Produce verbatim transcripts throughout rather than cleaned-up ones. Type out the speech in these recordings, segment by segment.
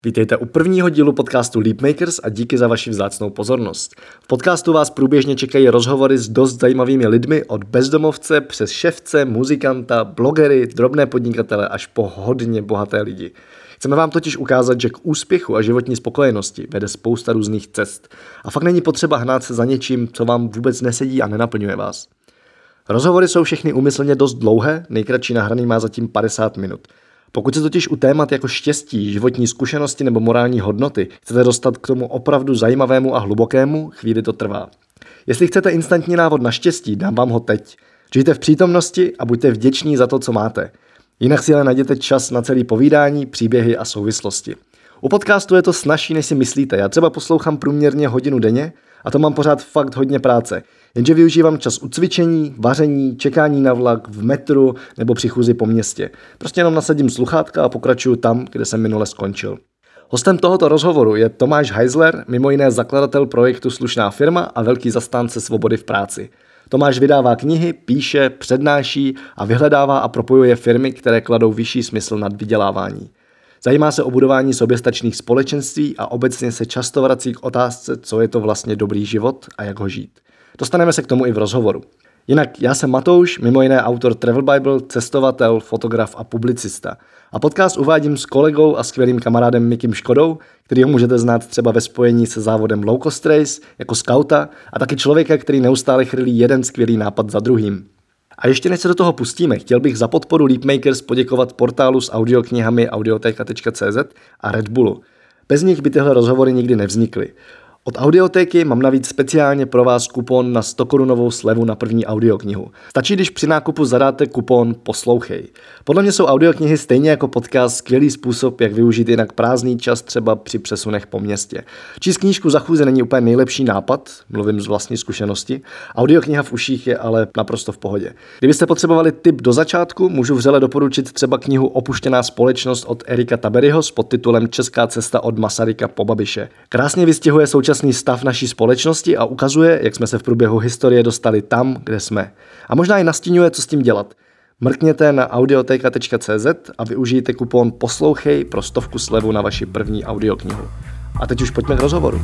Vítejte u prvního dílu podcastu Leapmakers a díky za vaši vzácnou pozornost. V podcastu vás průběžně čekají rozhovory s dost zajímavými lidmi od bezdomovce přes ševce, muzikanta, blogery, drobné podnikatele až po hodně bohaté lidi. Chceme vám totiž ukázat, že k úspěchu a životní spokojenosti vede spousta různých cest. A fakt není potřeba hnát se za něčím, co vám vůbec nesedí a nenaplňuje vás. Rozhovory jsou všechny úmyslně dost dlouhé, nejkratší nahraný má zatím padesát minut. Pokud se totiž u témat jako štěstí, životní zkušenosti nebo morální hodnoty chcete dostat k tomu opravdu zajímavému a hlubokému, chvíli to trvá. Jestli chcete instantní návod na štěstí, dám vám ho teď. Žijte v přítomnosti a buďte vděční za to, co máte. Jinak si ale najděte čas na celý povídání, příběhy a souvislosti. U podcastu je to snazší, než si myslíte. Já třeba poslouchám průměrně hodinu denně a to mám pořád fakt hodně práce. Jenže využívám čas u cvičení, vaření, čekání na vlak, v metru nebo při chůzi po městě. Prostě jenom nasadím sluchátka a pokračuju tam, kde jsem minule skončil. Hostem tohoto rozhovoru je Tomáš Heisler, mimo jiné zakladatel projektu Slušná firma a velký zastánce svobody v práci. Tomáš vydává knihy, píše, přednáší a vyhledává a propojuje firmy, které kladou vyšší smysl nad vydělávání. Zajímá se o budování soběstačných společenství a obecně se často vrací k otázce, co je to vlastně dobrý život a jak ho žít. Dostaneme se k tomu i v rozhovoru. Jinak já jsem Matouš, mimo jiné autor Travel Bible, cestovatel, fotograf a publicista. A podcast uvádím s kolegou a skvělým kamarádem Mikim Škodou, kterýho můžete znát třeba ve spojení se závodem Low Cost Race, jako skauta a taky člověka, který neustále chrlí jeden skvělý nápad za druhým. A ještě než se do toho pustíme, chtěl bych za podporu Leapmakers poděkovat portálu s audioknihami audioteka tečka cé zet a Red Bullu. Bez nich by tyhle rozhovory nikdy nevznikly. Od Audiotéky mám navíc speciálně pro vás kupon na sto korunovou slevu na první audioknihu. Stačí, když při nákupu zadáte kupon Poslouchej. Podle mě jsou audioknihy stejně jako podcast skvělý způsob, jak využít jinak prázdný čas třeba při přesunech po městě. Číst knížku za chůze není úplně nejlepší nápad, mluvím z vlastní zkušenosti. Audiokniha v uších je ale naprosto v pohodě. Kdybyste potřebovali tip do začátku, můžu vřele doporučit třeba knihu Opuštěná společnost od Erika Taberyho s podtitulem Česká cesta od Masaryka po Babiše. Krásně vystihuje současný stav naší společnosti a ukazuje, jak jsme se v průběhu historie dostali tam, kde jsme. A možná i nastínuje, co s tím dělat. Mrkněte na audioteka tečka cé zet a využijte kupon Poslouchej pro stovku slevu na vaši první audioknihu. A teď už pojďme k rozhovoru.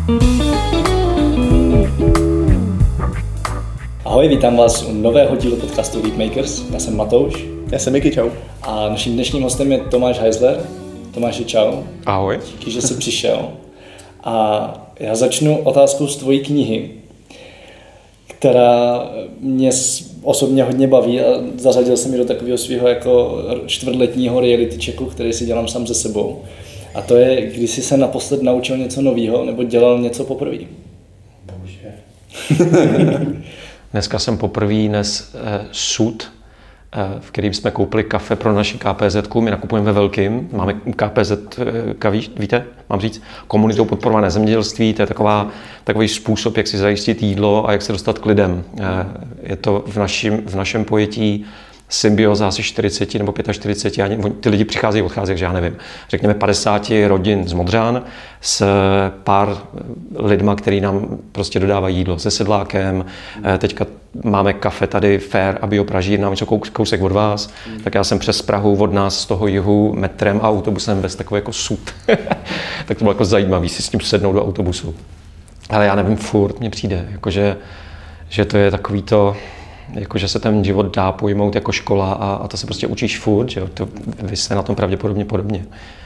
Ahoj, vítám vás u nového dílu podcastu Leapmakers. Já jsem Matouš. Já jsem Miky, čau. A naším dnešním hostem je Tomáš Heisler. Tomáši, čau. Ahoj. Díky, že jsi přišel. A já začnu otázkou z tvojí knihy, která mě osobně hodně baví a zařadil jsem ji do takového svého jako čtvrtletního reality checku, který si dělám sám ze sebou. A to je, když jsi se naposled naučil něco nového nebo dělal něco poprvé. Bože. Dneska jsem poprvé nes eh, sud, eh, v kterým jsme koupili kafe pro naši ká pé zetku. My nakupujeme ve velkým. Máme ká pé zet, eh, kaví, víte, mám říct, komunitou podporované zemědělství. To je taková, takový způsob, jak si zajistit jídlo a jak se dostat k lidem. Eh, je to v, našim, v našem pojetí symbioza asi čtyřicet nebo čtyřicet pět, ty lidi přicházejí, odcházejí, takže já nevím. Řekněme padesát rodin z Modřan s pár lidma, který nám prostě dodávají jídlo se sedlákem. Teďka máme kafe tady Fair a Biopraží, nám něco kousek od vás. Mm. Tak já jsem přes Prahu od nás z toho jihu metrem a autobusem bez takový jako sud. Tak to bylo jako zajímavý si s tím sednout do autobusu. Ale já nevím, furt mně přijde, jakože, že to je takový to, jakože se ten život dá pojmout jako škola a, a to se prostě učíš furt, že jo? To, vy jste na tom pravděpodobně podobně.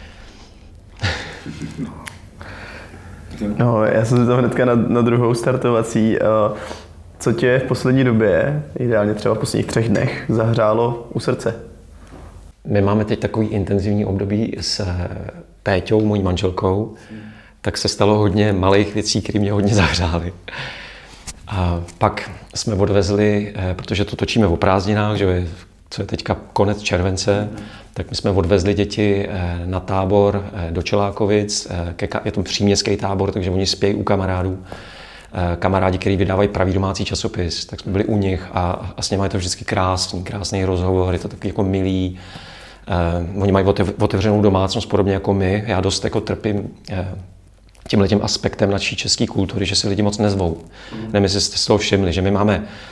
No, já jsem se tam hnedka na, na druhou startovací. Co tě v poslední době, ideálně třeba v posledních třech dnech, zahřálo u srdce? My máme teď takový intenzivní období s Péťou, mojí manželkou, tak se stalo hodně malých věcí, které mě hodně zahřály. A pak jsme odvezli, protože to točíme o prázdninách, že je, co je teďka konec července, tak my jsme odvezli děti na tábor do Čelákovic, je to příměstský tábor, takže oni spějí u kamarádů. Kamarádi, kteří vydávají pravý domácí časopis, tak jsme byli u nich a, a s nimi je to vždycky krásný, krásný rozhovor, je to takový jako milý. Oni mají otevřenou domácnost podobně jako my, já dost jako trpím tímhletím aspektem naší české kultury, že si lidi moc nezvou. Mm. Nevím, jestli jste z toho všimli, že my máme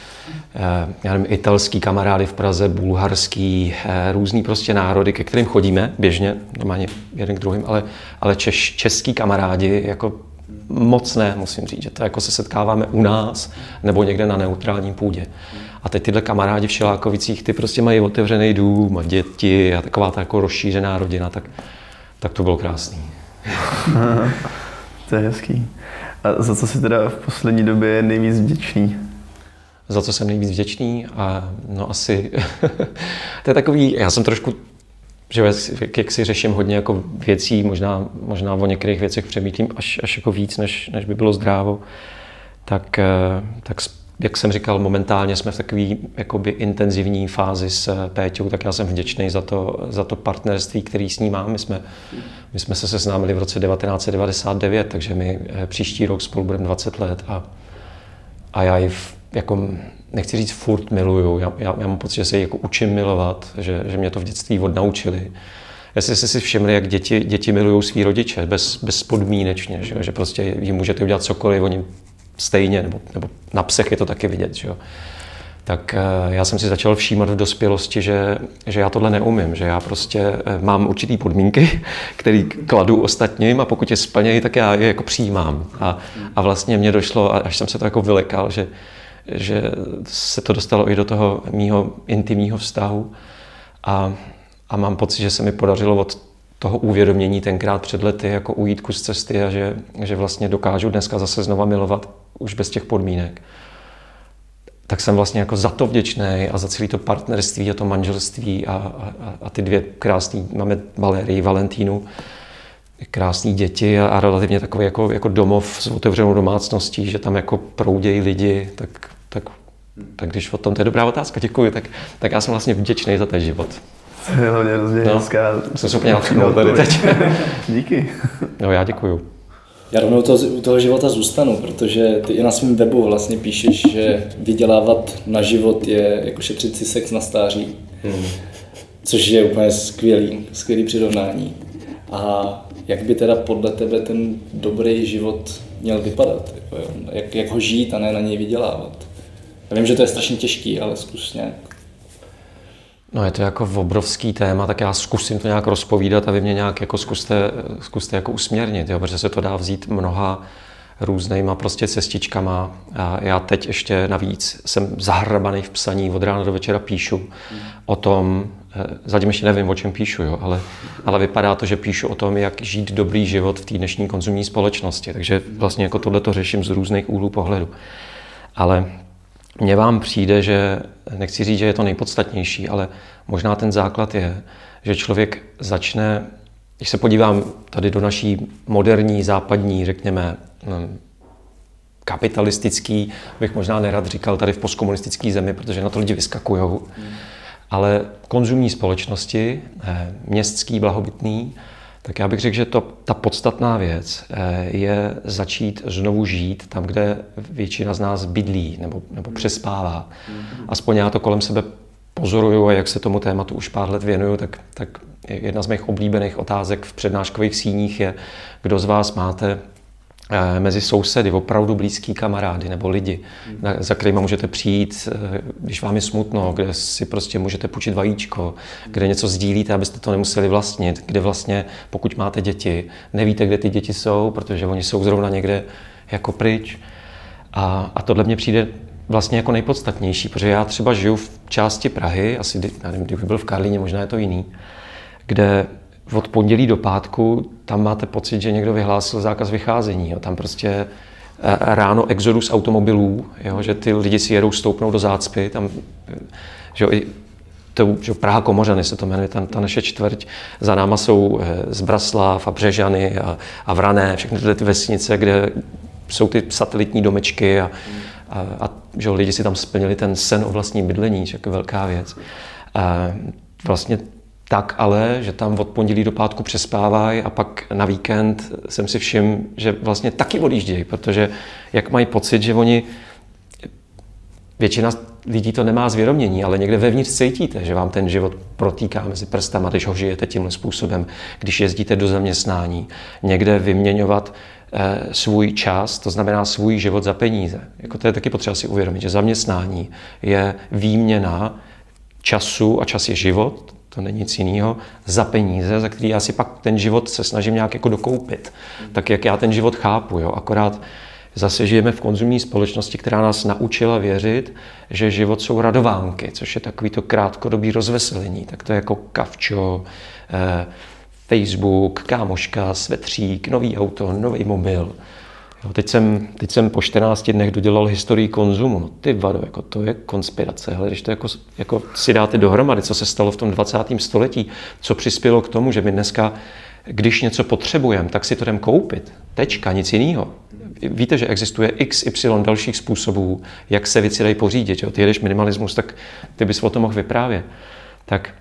já nevím, italský kamarády v Praze, bulharský, různý prostě národy, ke kterým chodíme běžně, normálně jeden k druhým, ale, ale češ, český kamarádi jako moc ne, musím říct, že to jako se setkáváme u nás nebo někde na neutrálním půdě. A teď tyhle kamarádi v Šilákovicích, ty prostě mají otevřený dům a děti a taková ta jako rozšířená rodina, tak, tak to bylo krásný. Aha, to je hezký. A za co jsi teda v poslední době nejvíc vděčný? Za co jsem nejvíc vděčný? A no asi, to je takový, já jsem trošku, že jak si řeším hodně jako věcí, možná, možná o některých věcech přemýšlím až, až jako víc, než, než by bylo zdrávo, tak, tak jak jsem říkal, momentálně jsme v takové jakoby intenzivní fázi s Péťou, tak já jsem vděčný za to, za to partnerství, který s ní mám. My jsme, my jsme se seznámili v roce devatenáct set devadesát devět, takže my příští rok spolu budeme dvacet let a, a já ji jako, nechci říct furt miluju, já, já, já mám pocit, že se ji jako učím milovat, že, že mě to v dětství odnaučili. Jestli jste si všimli, jak děti, děti milují svý rodiče, bez, bezpodmínečně, že, že prostě jim můžete udělat cokoliv, oni stejně, nebo, nebo na psech je to taky vidět. Že? Tak já jsem si začal všímat v dospělosti, že, že já tohle neumím, že já prostě mám určitý podmínky, které kladu ostatním a pokud je splnějí, tak já je jako přijímám. A, a vlastně mně došlo, až jsem se to jako vylekal, že, že se to dostalo i do toho mýho intimního vztahu a, a mám pocit, že se mi podařilo od toho uvědomění tenkrát před lety jako ujít kus cesty a že, že vlastně dokážu dneska zase znova milovat už bez těch podmínek. Tak jsem vlastně jako za to vděčný a za celé to partnerství a to manželství a, a, a ty dvě krásné, máme Valérii, Valentínu, krásné děti a, a relativně takový jako, jako domov s otevřenou domácností, že tam jako proudějí lidi, tak, tak, tak když o tom, to je dobrá otázka, děkuji, tak, tak já jsem vlastně vděčný za ten život. To je hlavně hrozně no, hezká. Jsem se úplně natřenul tady teď. Díky. No já děkuju. Já rovnou to, u toho života zůstanu, protože ty i na svém webu vlastně píšeš, že vydělávat na život je jako šetřit si sex na stáří, hmm. což je úplně skvělý, skvělý přirovnání. A jak by teda podle tebe ten dobrý život měl vypadat? Jak, jak ho žít a ne na něj vydělávat? Já vím, že to je strašně těžký, ale zkus nějak. No je to jako obrovský téma, tak já zkusím to nějak rozpovídat a vy mě nějak jako zkuste, zkuste jako usměrnit, jo, protože se to dá vzít mnoha různýma prostě cestičkama. A já teď ještě navíc jsem zahrabaný v psaní, od rána do večera píšu mm. o tom, zatím ještě nevím, o čem píšu, jo, ale, ale vypadá to, že píšu o tom, jak žít dobrý život v té dnešní konzumní společnosti, takže vlastně jako tohleto řeším z různých úhlů pohledu. Ale mně vám přijde, že, nechci říct, že je to nejpodstatnější, ale možná ten základ je, že člověk začne, když se podívám tady do naší moderní, západní, řekněme, kapitalistický, bych možná nerad říkal tady v postkomunistické zemi, protože na to lidi vyskakujou, hmm. ale konzumní společnosti, městský, blahobytný, tak já bych řekl, že to, ta podstatná věc je začít znovu žít tam, kde většina z nás bydlí nebo, nebo přespává. Aspoň já to kolem sebe pozoruju a jak se tomu tématu už pár let věnuju, tak, tak jedna z mých oblíbených otázek v přednáškových síních je, kdo z vás máte mezi sousedy opravdu blízký kamarády nebo lidi, za kterými můžete přijít, když vám je smutno, kde si prostě můžete půjčit vajíčko, kde něco sdílíte, abyste to nemuseli vlastnit, kde vlastně, pokud máte děti, nevíte, kde ty děti jsou, protože oni jsou zrovna někde jako pryč. A, a tohle mně přijde vlastně jako nejpodstatnější, protože já třeba žiju v části Prahy, asi nevím, kdybych byl v Karlíně, možná je to jiný, kde od pondělí do pátku tam máte pocit, že někdo vyhlásil zákaz vycházení. Jo. Tam prostě ráno exodus automobilů, jo, že ty lidi si jedou, stoupnou do zácpy. Tam, že jo, to, že Praha Komořany se to jmenuje, ta, ta naše čtvrť. Za náma jsou Zbraslav a Břežany a, a Vrané, všechny tyhle ty vesnice, kde jsou ty satelitní domečky a, a, a že jo, lidi si tam splnili ten sen o vlastním bydlení, že je velká věc. A vlastně tak ale, že tam od pondělí do pátku přespávají a pak na víkend jsem si všiml, že vlastně taky odjíždějí, protože jak mají pocit, že oni, většina lidí to nemá zvědomění, ale někde vevnitř cítíte, že vám ten život protýká mezi prstama, když ho žijete tímhle způsobem, když jezdíte do zaměstnání, někde vyměňovat eh, svůj čas, to znamená svůj život za peníze. Jako to je taky potřeba si uvědomit, že zaměstnání je výměna času a čas je život, to není nic jiného, za peníze, za který já si pak ten život se snažím nějak jako dokoupit. Tak jak já ten život chápu, jo? Akorát zase žijeme v konzumní společnosti, která nás naučila věřit, že život jsou radovánky, což je takový to krátkodobý rozveselení. Tak to je jako kavčo, eh, Facebook, kámoška, svetřík, nový auto, nový mobil. Jo, teď, jsem, teď jsem po čtrnácti dnech dodělal historii konzumu. No ty vado, jako to je konspirace. Hele, když to jako, jako si dáte dohromady, co se stalo v tom dvacátém století, co přispělo k tomu, že my dneska, když něco potřebujeme, tak si to jdem koupit. Tečka, nic jiného. Víte, že existuje x y dalších způsobů, jak se věci dají pořídit. Jo? Ty jedeš minimalismus, tak ty bys o tom mohl vyprávět. Tak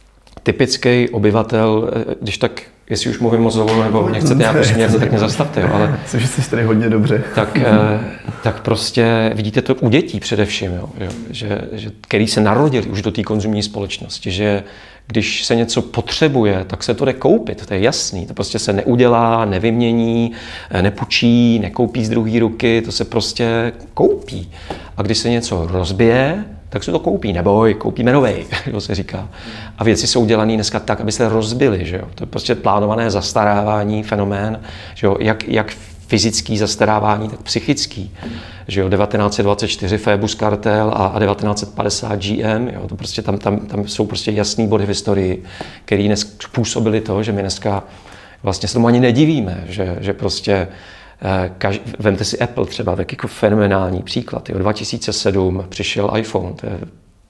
typický obyvatel, když tak, jestli už mluvím moc dlouho, nebo nechcete nějak usmět, tak mě zastavte, jo, ale... Myslím, že jsi tady hodně dobře. Tak, tak prostě vidíte to u dětí především, jo, že, že, který se narodili už do té konzumní společnosti, že když se něco potřebuje, tak se to jde koupit, to je jasný, to prostě se neudělá, nevymění, nepůjčí, nekoupí z druhé ruky, to se prostě koupí. A když se něco rozbije, tak se to koupí, neboj, koupíme novej, jak se říká. A věci jsou dělané dneska tak, aby se rozbily, že jo. To je prostě plánované zastarávání, fenomén, že jo, jak, jak fyzický zastarávání, tak psychický. Že jo, devatenáct set dvacet čtyři Phoebus Cartel a, a devatenáct set padesát G M, jo, to prostě tam, tam, tam jsou prostě jasný body v historii, které způsobily to, že my dneska vlastně se tomu ani nedivíme, že, že prostě Kaž, vemte si Apple třeba, tak jako fenomenální příklad. Jo. dva tisíce sedm přišel iPhone, to je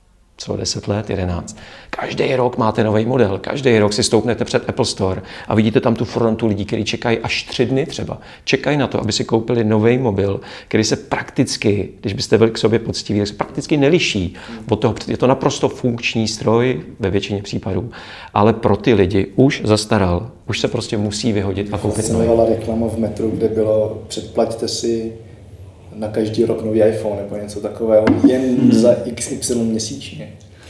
co deset let, jedenáct. Každý rok máte nový model, každý rok si stoupnete před Apple Store a vidíte tam tu frontu lidí, kteří čekají až tři dny třeba. Čekají na to, aby si koupili nový mobil, který se prakticky, když byste byli k sobě poctiví, tak se prakticky neliší od toho. Je to naprosto funkční stroj ve většině případů, ale pro ty lidi už zastaral, už se prostě musí vyhodit a koupit nový. Byla reklama v metru, kde bylo předplaťte si na každý rok nový iPhone nebo něco takového, jen za X Y měsíčně.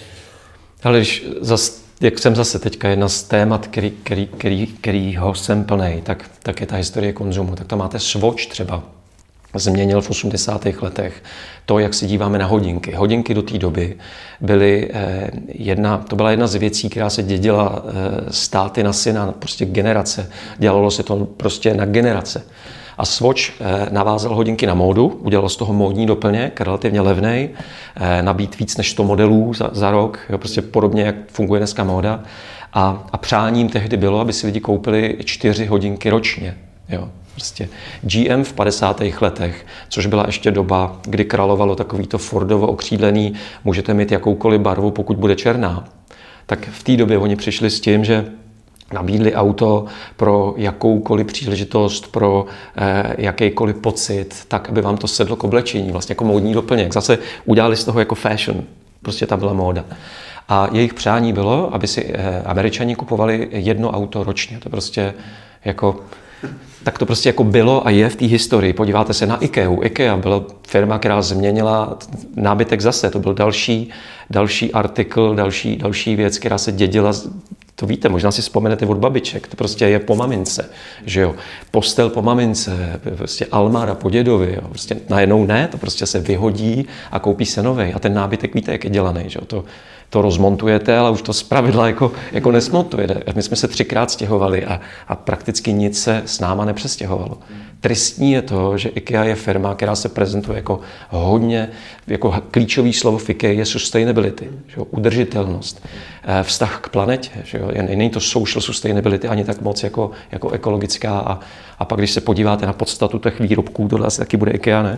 Ale když zas, jak jsem zase teďka jedna z témat, který, který, který, kterýho jsem plnej, tak, tak je ta historie konzumu. Tak to máte Swatch třeba. Změnil v osmdesátých letech to, jak se díváme na hodinky. Hodinky do té doby byly eh, jedna, to byla jedna z věcí, která se dědila eh, státy na syna, prostě generace. Dělalo se to prostě na generace. A Swatch eh, navázal hodinky na módu, udělal z toho módní doplněk, relativně levnej, eh, nabít víc než sto modelů za, za rok, jo, prostě podobně, jak funguje dneska móda. A, a přáním tehdy bylo, aby si lidi koupili čtyři hodinky ročně. Jo. Prostě G M v padesátých letech, což byla ještě doba, kdy královalo takovýto Fordovo okřídlený, můžete mít jakoukoliv barvu, pokud bude černá. Tak v té době oni přišli s tím, že nabídli auto pro jakoukoliv příležitost, pro eh, jakýkoliv pocit, tak, aby vám to sedlo k oblečení, vlastně jako módní doplněk. Zase udělali z toho jako fashion, prostě tam byla móda. A jejich přání bylo, aby si eh, Američani kupovali jedno auto ročně. To prostě jako... Tak to prostě jako bylo a je v té historii. Podíváte se na IKEA. IKEA byla firma, která změnila nábytek zase. To byl další, další artikl, další, další věc, která se dědila. To víte, možná si vzpomenete od babiček. To prostě je po mamince, že jo. Postel po mamince, prostě almára po dědovi, jo. Prostě najednou ne, to prostě se vyhodí a koupí se novej. A ten nábytek víte, jak je dělaný, že jo. To, to rozmontujete, ale už to zpravidla jako, jako nesmontujete. My jsme se třikrát stěhovali a, a prakticky nic se s náma nepřestěhovalo. Tristní je to, že IKEA je firma, která se prezentuje jako hodně, jako klíčový slovo v IKEA je sustainability, že jo, udržitelnost, vztah k planetě. Že jo, není to social sustainability ani tak moc jako, jako ekologická. A, a pak, když se podíváte na podstatu těch výrobků, tohle asi taky bude IKEA, ne?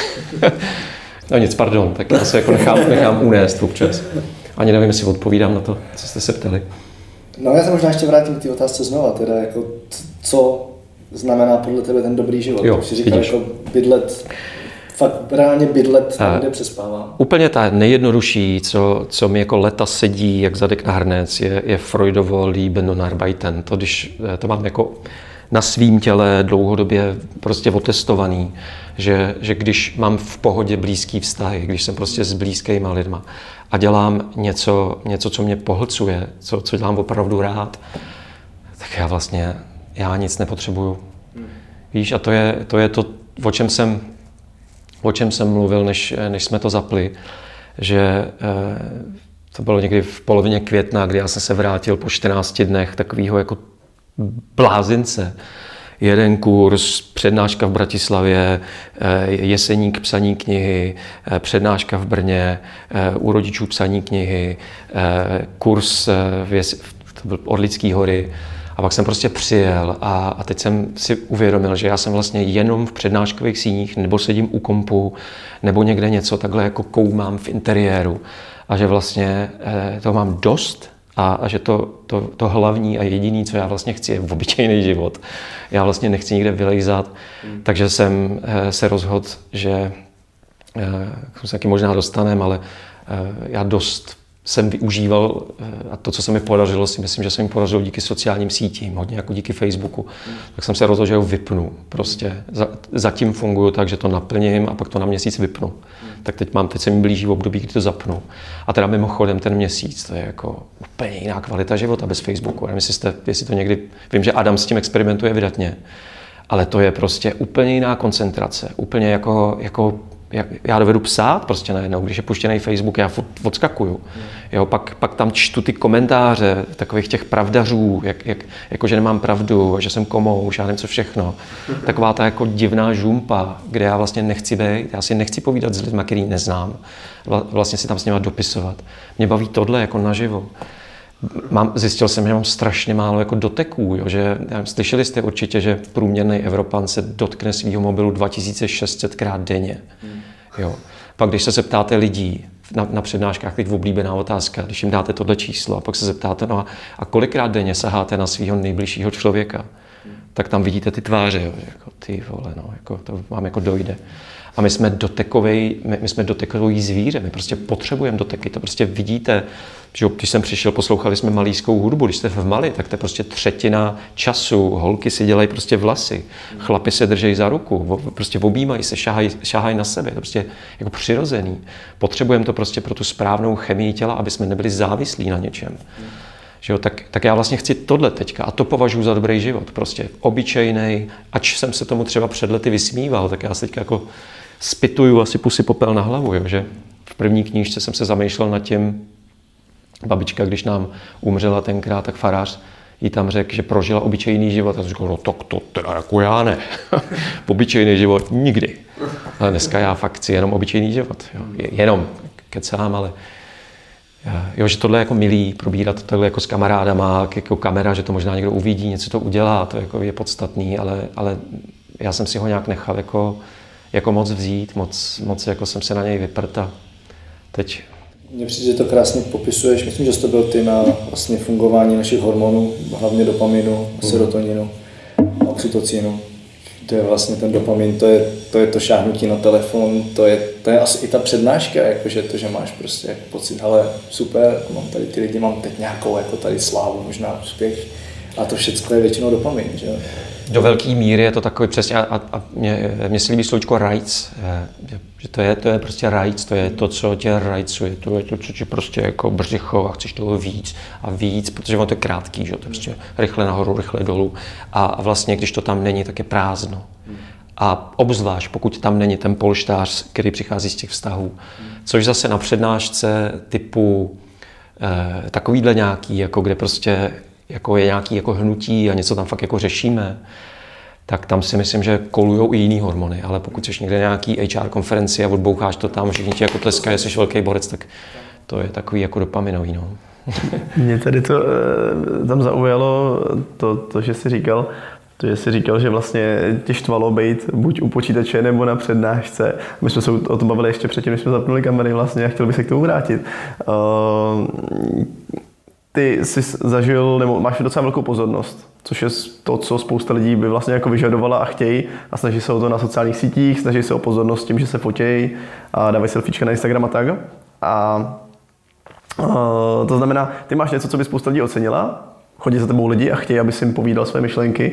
No nic, pardon, tak já se jako nechám, nechám unést občas. Ani nevím, jestli odpovídám na to, co jste se ptali. No já se možná ještě vrátím k té otázce znova, teda jako co znamená podle tebe ten dobrý život. Jo, jsi říkal jako bydlet, fakt reálně bydlet tam, kde přespávám. Úplně ta nejjednodušší, co, co mi jako leta sedí, jak zadek na hrnec, je, je Freudovo Leben und Arbeiten. To, když to mám jako na svým těle dlouhodobě prostě otestovaný, že, že když mám v pohodě blízký vztahy, když jsem prostě s blízkýma lidma a dělám něco, něco co mě pohlcuje, co, co dělám opravdu rád, tak já vlastně, já nic nepotřebuju. Víš, a to je to, je to o čem jsem, o čem jsem mluvil, než, než jsme to zapli, že to bylo někdy v polovině května, kdy já jsem se vrátil po čtrnácti dnech takového jako blázince. Jeden kurz, přednáška v Bratislavě, jeseník psaní knihy, přednáška v Brně, u rodičů psaní knihy, kurz v Jes- to byl Orlický hory. A pak jsem prostě přijel a, a teď jsem si uvědomil, že já jsem vlastně jenom v přednáškových síních, nebo sedím u kompu, nebo někde něco takhle jako koumám v interiéru. A že vlastně eh, toho mám dost a, a že to, to, to hlavní a jediné, co já vlastně chci, je obyčejný život. Já vlastně nechci nikde vylejzat, hmm. takže jsem eh, se rozhodl, že eh, k tomu se taky možná dostaneme, ale eh, já dost jsem využíval, a to, co se mi podařilo, si myslím, že se mi podařilo díky sociálním sítím, hodně jako díky Facebooku, hmm. tak jsem se rozhodl, že ho vypnu. Prostě zatím funguju tak, že to naplním a pak to na měsíc vypnu. Hmm. Tak teď mám, teď se mi blíží v období, kdy to zapnu. A teda mimochodem ten měsíc, to je jako úplně jiná kvalita života bez Facebooku. Nevím, jestli, jste, jestli to někdy, vím, že Adam s tím experimentuje vydatně, ale to je prostě úplně jiná koncentrace, úplně jako, jako já dovedu psát prostě najednou, když je puštěný Facebook, já odskakuju. Jo, pak, pak tam čtu ty komentáře takových těch pravdařů, jak, jak, jako že nemám pravdu, že jsem komouš, já nevím co všechno. Taková ta jako divná žumpa, kde já vlastně nechci být, já si nechci povídat s lidmi, který neznám. Vlastně si tam s nimi dopisovat. Mě baví tohle jako naživo. Mám, zjistil jsem, že mám strašně málo jako doteků, jo, že slyšeli jste určitě, že průměrný Evropan se dotkne svého mobilu dva tisíce šest set krát denně. Jo. Pak když se zeptáte lidí na, na přednáškách, teď oblíbená otázka, když jim dáte tohle číslo a pak se zeptáte, no a, a kolikrát denně saháte na svého nejbližšího člověka, tak tam vidíte ty tváře, jo, jako ty vole, no, jako, to vám jako dojde. A my jsme dotekový, my, my jsme dotekový zvíře, my prostě potřebujeme doteky, to prostě vidíte, že když jsem přišel, poslouchali jsme malískou hudbu, když jste v Mali, tak to je prostě třetina času, holky si dělají prostě vlasy, chlapi se držejí za ruku, prostě objímají se, šahají, šahají na sebe, to prostě jako přirozený. Potřebujeme to prostě pro tu správnou chemii těla, aby jsme nebyli závislí na něčem. Že jo, tak, tak já vlastně chci tohle teďka a to považuji za dobrý život, prostě obyčejnej, ač jsem se tomu třeba před lety vysmíval, tak já se teďka jako spituju asi pusy popel na hlavu, jo, že v první knížce jsem se zamýšlel nad tím, babička, když nám umřela tenkrát, tak farář jí tam řekl, že prožila obyčejný život a jsem říkal, no tak to teda jako já ne, obyčejný život nikdy, ale dneska já fakt chci jenom obyčejný život, jo. Jenom kecám, ale jo, že tohle je jako milý, probírat tohle jako s kamarádama, jako kamera, že to možná někdo uvidí, něco to udělá, to jako je podstatný, ale, ale já jsem si ho nějak nechal jako, jako moc vzít, moc, moc jako jsem se na něj vyprt a teď. Mně přijde, že to krásně popisuješ, myslím, že jsi to byl ty na vlastně fungování našich hormonů, hlavně dopaminu, serotoninu a oxytocinu. To je vlastně ten dopamin, to je to, je to šáhnutí na telefon, to je, to je asi i ta přednáška, jakože to, že máš prostě jako pocit, hele, super, mám tady ty lidi, mám teď nějakou jako tady slávu, možná úspěch a to všechno je většinou dopamin, že? Do velké míry je to takový přesně, a, a mě, mě se líbí slovíčko rajc, že to je, to je prostě rajc, to je to, co tě rajcuje, to je to, co tě prostě jako břicho a chceš toho víc a víc, protože ono to je krátký, že? To je prostě rychle nahoru, rychle dolů a, a vlastně, když to tam není, tak je prázdno. A obzvlášť, pokud tam není ten polštář, který přichází z těch vztahů, což zase na přednášce typu eh, takovýhle nějaký, jako kde prostě jako je nějaký jako hnutí a něco tam fakt jako řešíme, tak tam si myslím, že kolujou i jiný hormony, ale pokud jsi někde nějaký H R konferenci a odboucháš to tam, všichni ti jako tleskají, jsi velký borec, tak to je takový jako dopaminový, no. Mě tady to tam zaujalo to, to, že jsi říkal, to, že jsi říkal, že vlastně tě štvalo být buď u počítače nebo na přednášce. My jsme se o tom bavili ještě předtím, než jsme zapnuli kamery vlastně a chtěl bych se k tomu vrátit. Uh, ty jsi zažil, nebo máš docela velkou pozornost, což je to, co spousta lidí by vlastně jako vyžadovala a chtějí a snaží se o to na sociálních sítích, snaží se o pozornost tím, že se fotějí a dávají selfiečka na Instagram a tak. A uh, to znamená, ty máš něco, co by spousta lidí ocenila, chodí za tebou lidi a chtějí, aby si jim povídal své myšlenky.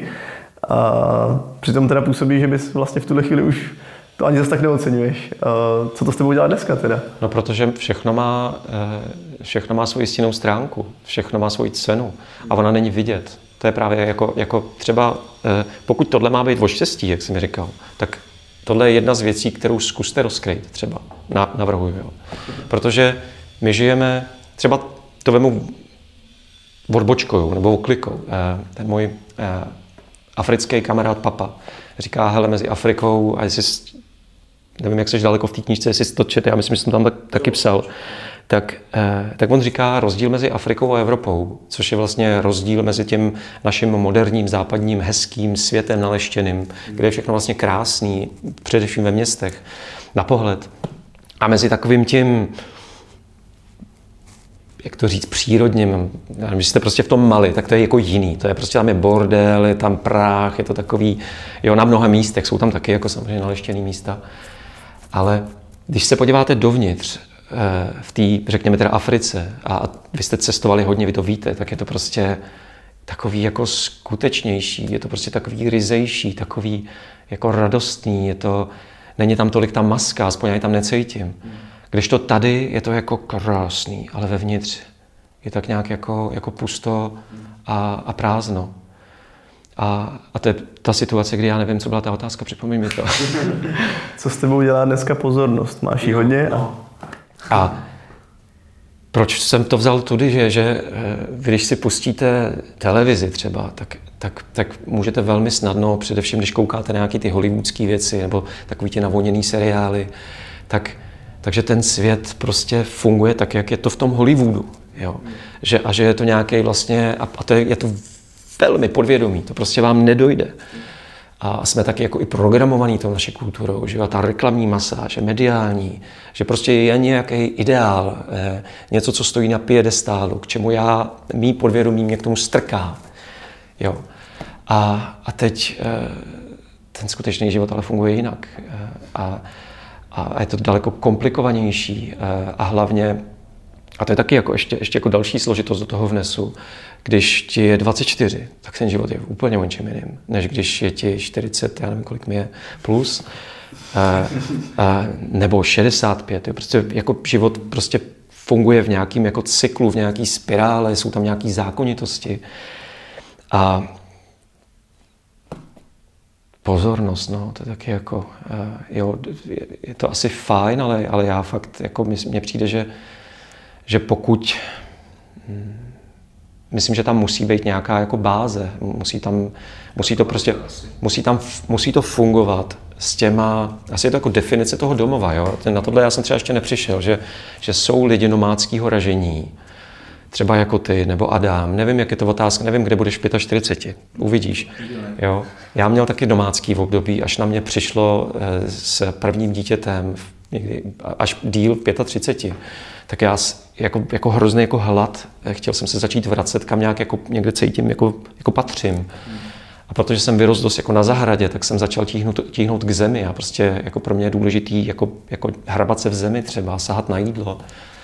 A přitom teda působí, že bys vlastně v tuhle chvíli už to ani zase tak neocenuješ. A co to s tebou dělá dneska teda? No, protože všechno má, všechno má svoji stinnou stránku, všechno má svoji cenu a ona není vidět. To je právě jako, jako třeba, pokud tohle má být o štěstí, jak jsem mi říkal, tak tohle je jedna z věcí, kterou zkuste rozkrýt třeba, navrhuju. Jo. Protože my žijeme, třeba to vemu odbočkou nebo oklikou. Ten můj africký kamarád Papa říká, hele, mezi Afrikou a jestli, nevím, jak jsi daleko v té knížce, jestli jsi to četl, já myslím, že jsem tam tak, taky psal, tak, tak on říká rozdíl mezi Afrikou a Evropou, což je vlastně rozdíl mezi tím naším moderním, západním, hezkým světem naleštěným, kde je všechno vlastně krásný, především ve městech, na pohled. A mezi takovým tím, jak to říct, přírodním, když jste prostě v tom Mali, tak to je jako jiný. To je prostě, tam je bordel, je tam práh, je to takový, jo, na mnoha místech, jsou tam taky jako samozřejmě naleštěný místa. Ale když se podíváte dovnitř, v té, řekněme teda Africe, a vy jste cestovali hodně, vy to víte, tak je to prostě takový jako skutečnější, je to prostě takový ryzejší, takový jako radostný, je to, není tam tolik ta maska, aspoň já ji tam necítím. Když to tady je to jako krásný, ale vevnitř je tak nějak jako, jako pusto a, a prázdno. A, a to je ta situace, kdy já nevím, co byla ta otázka, připomeň mi to. Co s tebou dělá dneska pozornost? Máš ji hodně? A... A proč jsem to vzal tudy, že, že když si pustíte televizi třeba, tak, tak, tak můžete velmi snadno, především když koukáte na nějaké ty hollywoodské věci nebo takový ty navoněný seriály, tak, takže ten svět prostě funguje tak, jak je to v tom Hollywoodu. Jo? Že, a že je to nějaký vlastně, a, a to je, je to velmi podvědomí, to prostě vám nedojde. A jsme taky jako i programovaní tou naší kulturou, že ta reklamní masáž, mediální, že prostě je nějaký ideál, eh, něco, co stojí na piedestálu, k čemu já, mý podvědomí mě k tomu strká. Jo. A, a teď eh, ten skutečný život ale funguje jinak. Eh, a, a je to daleko komplikovanější eh, a hlavně, a to je taky jako ještě, ještě jako další složitost do toho vnesu, když ti je dvacet čtyři, tak ten život je úplně o něčem jiným, než když je ti čtyřicet, já nevím, kolik mi je, plus, a, a, nebo šedesát pět. Jo. Prostě jako život prostě funguje v nějakém jako cyklu, v nějaký spirále, jsou tam nějaké zákonitosti. A pozornost, no, to je taky jako, jo, je to asi fajn, ale, ale já fakt, jako mně přijde, že, že pokud... Hmm, myslím, že tam musí být nějaká jako báze, musí tam, musí to prostě, musí tam, musí to fungovat s těma, asi je to jako definice toho domova, jo? Na tohle já jsem třeba ještě nepřišel, že, že jsou lidi nomádského ražení, třeba jako ty, nebo Adam, nevím, jak je to otázka, nevím, kde budeš v čtyřiceti pěti, uvidíš, jo? Já měl taky nomádský v období, až na mě přišlo s prvním dítětem, někdy až díl v třiceti pěti, tak já jako, jako hrozný jako hlad, chtěl jsem se začít vracet, kam nějak jako, někde cítím, jako, jako patřím. Hmm. A protože jsem vyrostl dost jako na zahradě, tak jsem začal tíhnout, tíhnout k zemi a prostě jako pro mě je důležitý jako, jako hrabat se v zemi třeba, sahat na jídlo.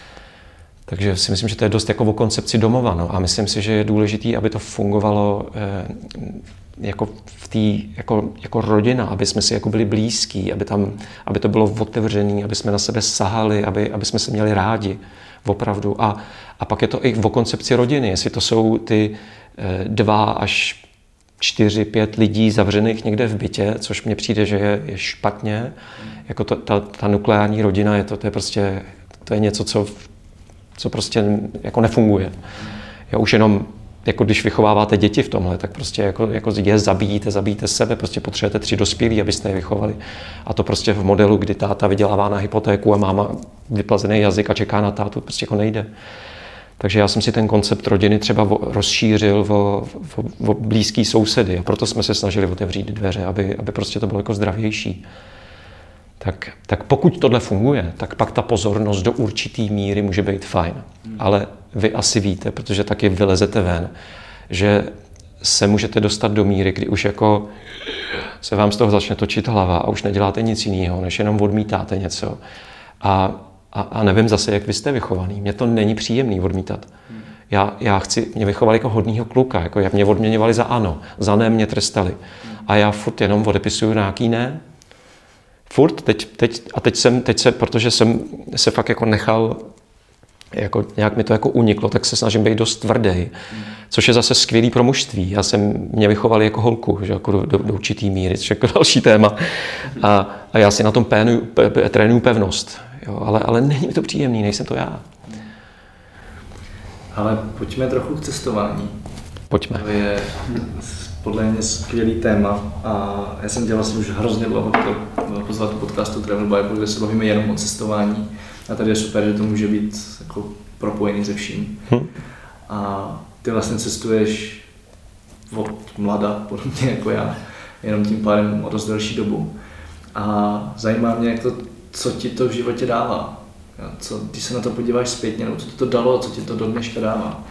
Takže si myslím, že to je dost jako o koncepci domova. No. A myslím si, že je důležitý, aby to fungovalo eh, jako v té jako, jako rodina, aby jsme si jako byli blízký, aby, tam, aby to bylo otevřený, aby jsme na sebe sahali, aby, aby jsme se měli rádi opravdu. A, a pak je to i o koncepci rodiny, jestli to jsou ty eh, dva až čtyři, pět lidí zavřených někde v bytě, což mně přijde, že je, je špatně. Jako to, ta, ta nukleární rodina, je to, to je prostě to je něco, co co prostě jako nefunguje. Já už jenom, jako když vychováváte děti v tomhle, tak prostě jako, jako je zabíjíte, zabíjíte sebe, prostě potřebujete tři dospělí, abyste je vychovali. A to prostě v modelu, kdy táta vydělává na hypotéku a máma vyplazený jazyk a čeká na tátu, prostě jako nejde. Takže já jsem si ten koncept rodiny třeba rozšířil o, o, o blízký sousedy a proto jsme se snažili otevřít dveře, aby, aby prostě to bylo jako zdravější. Tak, tak pokud tohle funguje, tak pak ta pozornost do určitý míry může být fajn. Hmm. Ale vy asi víte, protože taky vylezete ven, že se můžete dostat do míry, kdy už jako se vám z toho začne točit hlava a už neděláte nic jiného, než jenom odmítáte něco. A, a, a nevím zase, jak vy jste vychovaný. Mně to není příjemný odmítat. Hmm. Já, já chci, mě vychovali jako hodnýho kluka, jako jak mě odměňovali za ano, za ne mě trestali. Hmm. A já furt jenom odepisuju nějaký ne. Furt, teď, teď, a teď jsem, teď se, protože jsem se fakt jako nechal jako, nějak mi to jako uniklo, tak se snažím být dost tvrdý, což je zase skvělý pro mužství. Já jsem mě vychovali jako holku, že jako do, do, do určitý míry, což je jako další téma. A, a já si na tom pénu, pe, pe, trénuju pevnost, jo, ale, ale není mi to příjemný, nejsem to já. Ale pojďme trochu k cestování. Pojďme. To je podle mě skvělý téma a já jsem tě vlastně už hrozně dlouho chtěl pozvat do podcastu Travel Bible, kde se bavíme jenom o cestování a tady je super, že to může být jako propojený se vším. Hm. A ty vlastně cestuješ od mlada, podobně jako já, jenom tím pádem o dost delší dobu. A zajímá mě, jak to, co ti to v životě dává. Co, když se na to podíváš zpětně, nebo co ti to dalo, co ti to do dneška dává?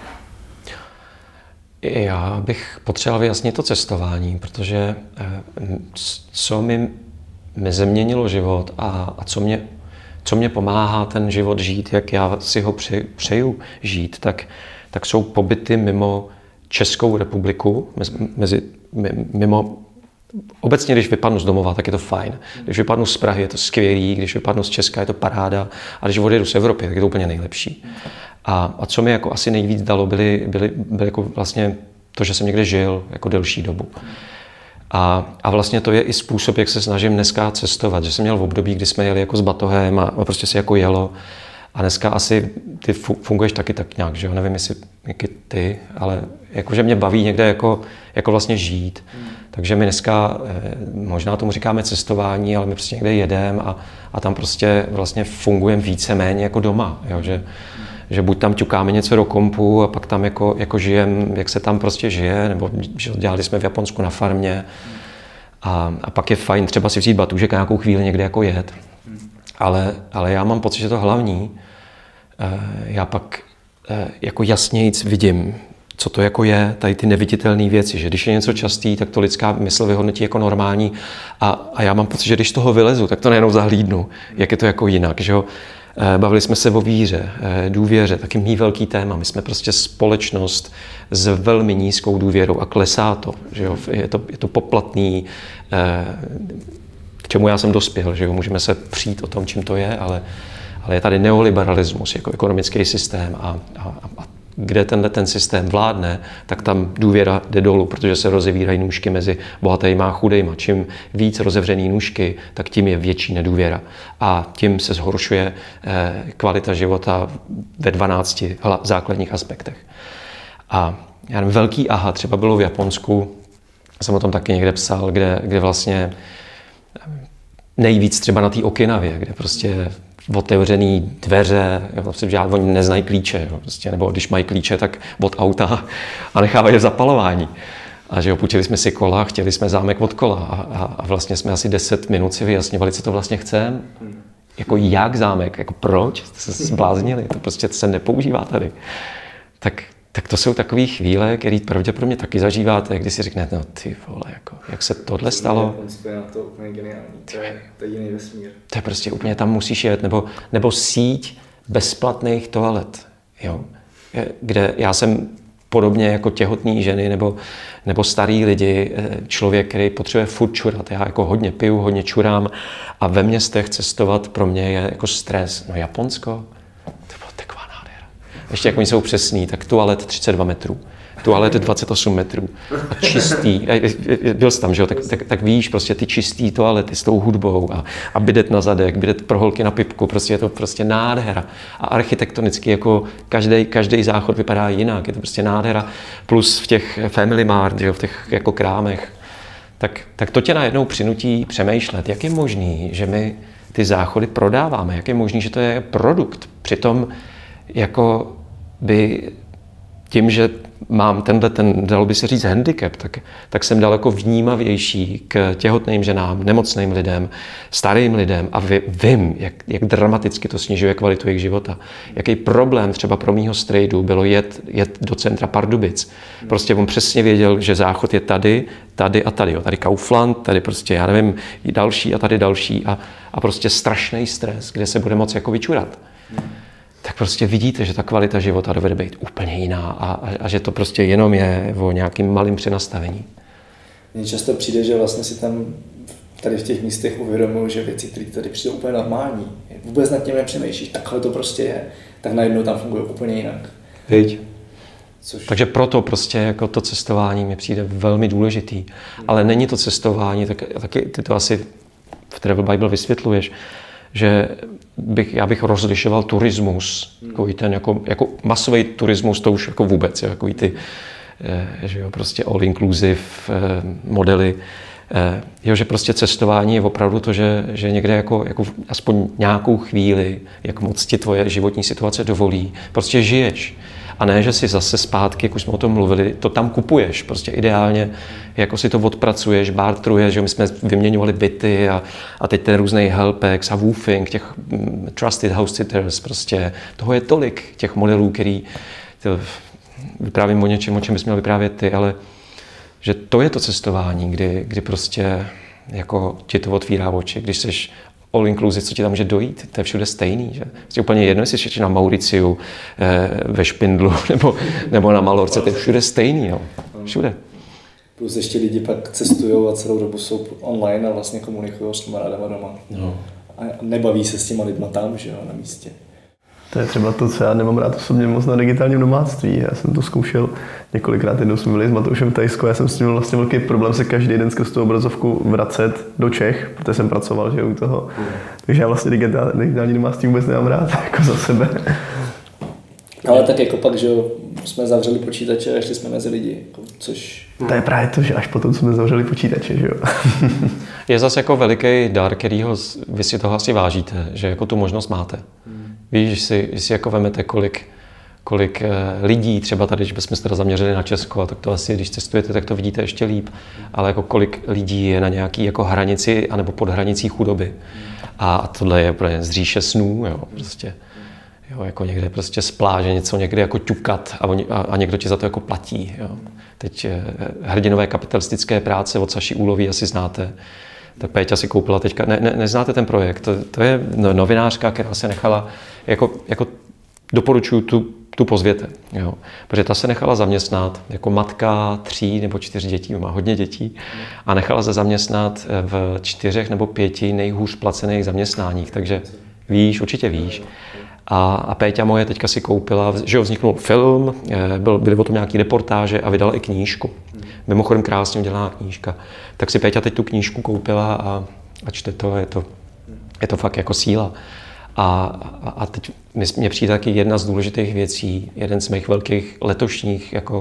Já bych potřeboval vyjasnit to cestování, protože co mi, mi změnilo život a, a co, mě, co mě pomáhá ten život žít, jak já si ho pře, přeju žít, tak, tak jsou pobyty mimo Českou republiku, mezi, mimo obecně, když vypadnu z domova, tak je to fajn. Když vypadnu z Prahy, je to skvělý, když vypadnu z Česka, je to paráda a když odjedu z Evropy, tak je to úplně nejlepší. A, a co mi jako asi nejvíc dalo, byly, byly, byly jako vlastně to, že jsem někde žil jako delší dobu. A, a vlastně to je i způsob, jak se snažím dneska cestovat. Že jsem měl v období, kdy jsme jeli jako s batohem a, a prostě se jako jelo. A dneska asi ty funguješ taky tak nějak, že jo? Nevím, jestli jaký ty, ale jakože mě baví někde jako, jako vlastně žít. Hmm. Takže my dneska, možná tomu říkáme cestování, ale my prostě někde jedeme a, a tam prostě vlastně fungujeme víceméně jako doma, jo? Že, hmm. že buď tam ťukáme něco do kompu a pak tam jako, jako žijeme, jak se tam prostě žije, nebo že dělali jsme v Japonsku na farmě hmm. a, a pak je fajn třeba si vzít batůžek a nějakou chvíli někde jako jet. Hmm. Ale, ale já mám pocit, že to hlavní, já pak jako jasnějc vidím, co to jako je, tady ty neviditelné věci, že když je něco častý, tak to lidská mysl vyhodnotí jako normální a, a já mám pocit, že když z toho vylezu, tak to nejenom zahlídnu, jak je to jako jinak, že jo. Bavili jsme se o víře, důvěře, taky mý velký téma. My jsme prostě společnost s velmi nízkou důvěrou a klesá to, že jo. Je to, je to poplatný, k čemu já jsem dospěl, že jo. Můžeme se přijít o tom, čím to je, ale ale je tady neoliberalismus jako ekonomický systém a, a, a kde tenhle ten systém vládne, tak tam důvěra jde dolů, protože se rozevírají nůžky mezi bohatýma a chudejma. Čím víc rozevřený nůžky, tak tím je větší nedůvěra. A tím se zhoršuje eh, kvalita života ve dvanácti základních aspektech. A já nevím, velký aha třeba bylo v Japonsku, jsem o tom taky někde psal, kde, kde vlastně nejvíc třeba na té Okinavě, kde prostě otevřený dveře, jo, že oni neznají klíče, jo, prostě, nebo když mají klíče, tak od auta a nechávají je v zapalování. A že opůjčili jsme si kola, chtěli jsme zámek od kola a, a, a vlastně jsme asi deset minut si vyjasňovali, co to vlastně chceme. Jako jak zámek, jako proč, jste se zbláznili, to prostě se nepoužívá tady. Tak, tak to jsou takové chvíle, které pravděpodobně taky zažíváte, kdy si řeknete, no ty vole, jako, jak se tohle stalo. To je na to úplně geniální, to je, to je jiný vesmír. To je prostě úplně tam musíš jet, nebo, nebo síť bezplatných toalet, jo, kde já jsem podobně jako těhotný ženy nebo, nebo starý lidi, člověk, který potřebuje furt čurat. Já jako hodně piju, hodně čurám a ve městech cestovat pro mě je jako stres. No Japonsko, to bylo taková nádhera. Ještě jak oni jsou přesný, tak toalet třicet dva metrů. Toalet dvacet osm metrů. A čistý. Byl jsi tam, že jo? Tak, tak, tak víš, prostě ty čistý toalety s tou hudbou a, a bidet na zadek, bidet pro holky na pipku, prostě je to prostě nádhera. A architektonicky jako každý, každý záchod vypadá jinak, je to prostě nádhera. Plus v těch Family Mart, že jo? V těch jako krámech. Tak, tak to tě najednou přinutí přemýšlet, jak je možný, že my ty záchody prodáváme, jak je možný, že to je produkt. Přitom jako by tím, že mám tenhle, ten, dalo by se říct, handicap, tak, tak jsem daleko vnímavější k těhotným ženám, nemocným lidem, starým lidem a vím, jak, jak dramaticky to snižuje kvalitu jejich života. Jaký problém třeba pro mýho strejdu bylo jet, jet do centra Pardubic. Prostě on přesně věděl, že záchod je tady, tady a tady. Jo. Tady Kaufland, tady prostě, já nevím, další a tady další a, a prostě strašný stres, kde se bude moc jako vyčurat. Tak prostě vidíte, že ta kvalita života dovede být úplně jiná a, a, a že to prostě jenom je o nějakým malým přenastavení. Mně často přijde, že vlastně si tam tady v těch místech uvědomuju, že věci, které tady přijdou úplně normální, vůbec nad tím nepřemýšlíš, takhle to prostě je, tak najednou tam funguje úplně jinak. Viď. Což... Takže proto prostě jako to cestování mi přijde velmi důležitý. Hmm. Ale není to cestování, tak, taky ty to asi v Travel Bible vysvětluješ, že bych, já bych rozlišoval turismus, hmm. takový ten jako, jako masový turismus, to už jako vůbec, jo, takový ty že jo, prostě all inclusive modely. Jo, že prostě cestování je opravdu to, že, že někde jako, jako aspoň nějakou chvíli, jak moc ti tvoje životní situace dovolí, prostě žiješ. A ne, že si zase zpátky, jak už jsme o tom mluvili, to tam kupuješ. Prostě ideálně, jako si to odpracuješ, bartruješ, že my jsme vyměňovali byty a, a teď ten různý helpex a woofing, těch trusted house sitters, prostě toho je tolik, těch modelů, který to, vyprávím o něčem, o čem bys měl vyprávět ty, ale že to je to cestování, kdy, kdy prostě jako ti to otvírá oči, když seš all inclusive, co ti tam může dojít, to je všude stejný, že? Prostě úplně jedno, jestli jsi na Mauriciu, eh, ve Špindlu nebo, nebo na Malorce, to je všude stejný, jo. Všude. Plus ještě lidi pak cestují a celou dobu jsou online a vlastně komunikují s kamarádama doma. No. A nebaví se s těma lidma tam, že jo, na místě. To je třeba to, co já nemám rád osobně moc na digitálním domáctví. Já jsem to zkoušel několikrát, jednou jsme byli s Matoušem v Thajsku, já jsem s tím měl vlastně velký problém se každý den skrz tu obrazovku vracet do Čech, protože jsem pracoval, že u toho. Mm. Takže já vlastně digitální, digitální domáctví vůbec nemám rád, jako za sebe. Ale tak jako pak, že jsme zavřeli počítače a šli jsme mezi lidi, což... To je právě to, že až potom jsme zavřeli počítače, že jo. Je zase jako veliký dar, kterýho vy si toho asi vážíte, že jako tu možnost máte. Hmm. Víš, že si, že si jako vemete, kolik, kolik lidí, třeba tady, když bychom se teda zaměřili na Česko, tak to asi, když cestujete, tak to vidíte ještě líp, ale jako kolik lidí je na nějaký jako hranici, anebo pod hranicí chudoby. A tohle je úplně z říše snů, jo, prostě. Jo, jako někde prostě z pláže něco někde jako ťukat a, oni, a, a někdo ti za to jako platí. Jo. Teď eh, hrdinové kapitalistické práce od Saši Úlový asi znáte. Tak Péťa si koupila teďka, ne, ne, neznáte ten projekt, to, to je novinářka, která se nechala, jako, jako doporučuji, tu, tu pozvěte, jo. Protože ta se nechala zaměstnat jako matka tří nebo čtyř dětí, má hodně dětí, a nechala se zaměstnat v čtyřech nebo pěti nejhůř placených zaměstnáních, takže víš, určitě víš. A, a Péťa moje teďka si koupila, že jo, vzniknul film, byl, byly o tom nějaký reportáže a vydala i knížku. Mimochodem krásně udělaná knížka. Tak si Péťa teď tu knížku koupila a, a čte to, je to, je to fakt jako síla. A, a, a teď mně přijde taky jedna z důležitých věcí, jeden z mých velkých letošních jako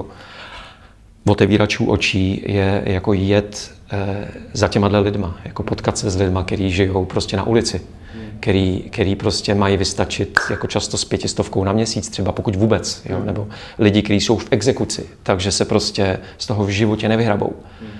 otevíračů očí je jako jet eh, za těma lidma, jako potkat se s lidma, kteří žijou prostě na ulici. Který, který prostě mají vystačit jako často s pětistovkou na měsíc, třeba pokud vůbec, jo? Nebo lidi, kteří jsou v exekuci, takže se prostě z toho v životě nevyhrabou.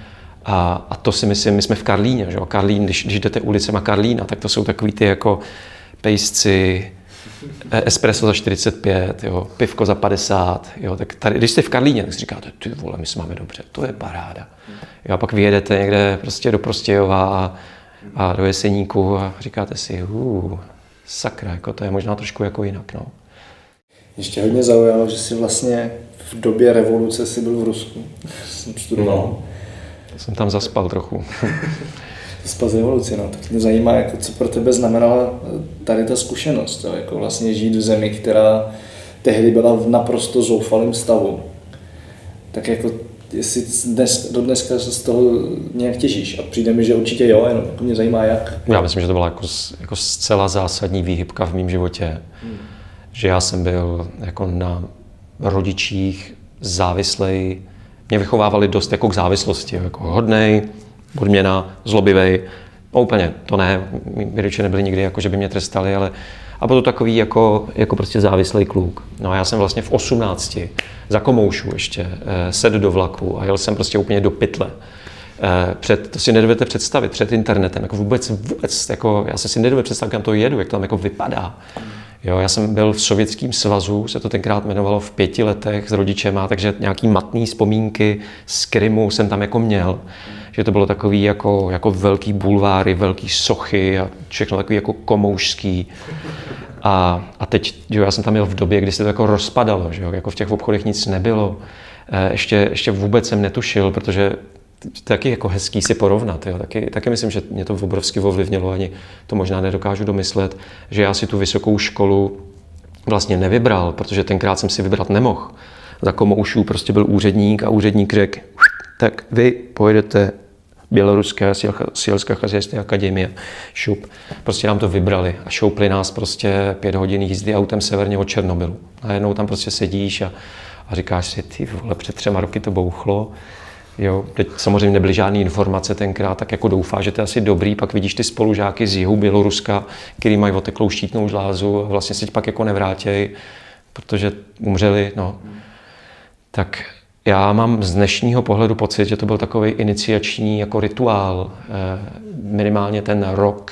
A, a to si myslím, my jsme v Karlíně, že jo? Karlín, když, když jdete ulicema Karlína, tak to jsou takový ty jako pejsci, espresso za čtyřicet pět, jo? Pivko za padesát, jo? Tak tady, když jste v Karlíně, tak si říkáte, ty vole, my se máme dobře, to je paráda. Jo? A pak vyjedete někde prostě do Prostějova a a do Jeseníku a říkáte si, uh, sakra, jako to je možná trošku jako jinak, no. Ještě hodně zaujalo, že jsi vlastně v době revoluce si byl v Rusku. Jsem studoval. No, jsem tam zaspal trochu. Zaspal z revoluce, no. Tak mě zajímá, jako, co pro tebe znamenala tady ta zkušenost, jo? Jako vlastně žít v zemi, která tehdy byla v naprosto zoufalém stavu. Tak jako jestli dnes, do dneska se z toho nějak těžíš a přijde mi, že určitě jo, jenom jako mě zajímá jak. Já myslím, že to byla jako, jako zcela zásadní výhybka v mém životě, hmm. že já jsem byl jako na rodičích závislej, mě vychovávali dost jako k závislosti, jako hodnej, odměna, zlobivej, no úplně to ne, mý rodiče nebyli nikdy jako, že by mě trestali, ale a byl to takový jako, jako prostě závislý kluk. No a já jsem vlastně v osmnácti za komoušu ještě eh, sedl do vlaku a jel jsem prostě úplně do pytle. Eh, před, to si nedovedete představit, před internetem, jako vůbec, vůbec, jako, já se si nedovedu představit, kam to jedu, jak to tam jako vypadá. Jo, já jsem byl v Sovětském svazu, se to tenkrát jmenovalo v pěti letech s rodičema, takže nějaký matný vzpomínky z Krymu jsem tam jako měl. Že to bylo takový jako, jako velký bulváry, velký sochy a všechno takový jako komoušský. A, a teď, že já jsem tam měl v době, kdy se to jako rozpadalo, že jo, jako v těch obchodech nic nebylo. Ještě, ještě vůbec jsem netušil, protože taky jako hezký si porovnat. Jo. Taky, taky myslím, že mě to obrovsky ovlivnilo, ani to možná nedokážu domyslet, že já si tu vysokou školu vlastně nevybral, protože tenkrát jsem si vybrat nemohl. Za komoušů prostě byl úředník a úředník řekl, tak vy pojedete Běloruské sielská chazajské akademie, šup. Prostě nám to vybrali a šoupli nás prostě pět hodin jízdy autem severně od Černobylu. A jednou tam prostě sedíš a, a říkáš si, ty vole, před třema roky to bouchlo. Jo, teď samozřejmě nebyly žádné informace tenkrát, tak jako doufáš, že to je asi dobrý, pak vidíš ty spolužáky z jihu Běloruska, který mají oteklou štítnou žlázu a vlastně se pak jako nevrátějí, protože umřeli, no. Tak já mám z dnešního pohledu pocit, že to byl takový iniciační jako rituál, minimálně ten rok,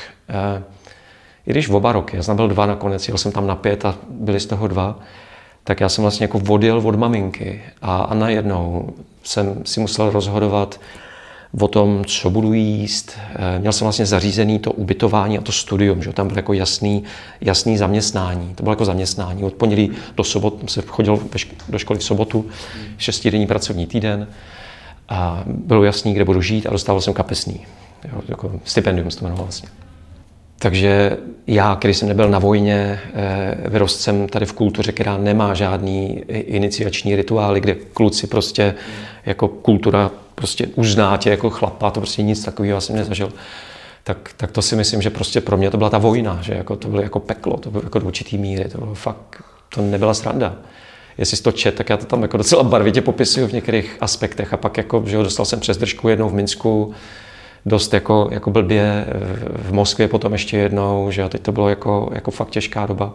i když oba roky, já jsem byl dva nakonec, jel jsem tam na pět a byli z toho dva, tak já jsem vlastně jako odjel od maminky a, a najednou jsem si musel rozhodovat o tom, co budu jíst. Měl jsem vlastně zařízený to ubytování a to studium, že tam bylo jako jasný, jasný zaměstnání. To bylo jako zaměstnání. Od pondělí do soboty jsem chodil do školy v sobotu, šestidenní pracovní týden a bylo jasný, kde budu žít a dostával jsem kapesný. Jo, jako stipendium se to jmenovalo vlastně. Takže já, který jsem nebyl na vojně, vyrost jsem tady v kultuře, která nemá žádný iniciační rituály, kde kluci prostě jako kultura prostě uzná tě jako chlapa, to prostě nic takového jsem nezažil. Tak, tak to si myslím, že prostě pro mě to byla ta vojna, že jako to bylo jako peklo, to bylo jako do určitý míry, to bylo fakt, to nebyla sranda. Jestli jsi to čet, tak já to tam jako docela barvitě popisuju v některých aspektech a pak jako, že ho dostal jsem přes držku jednou v Minsku, dost jako, jako blbě v Moskvě potom ještě jednou, že a teď to bylo jako, jako fakt těžká doba.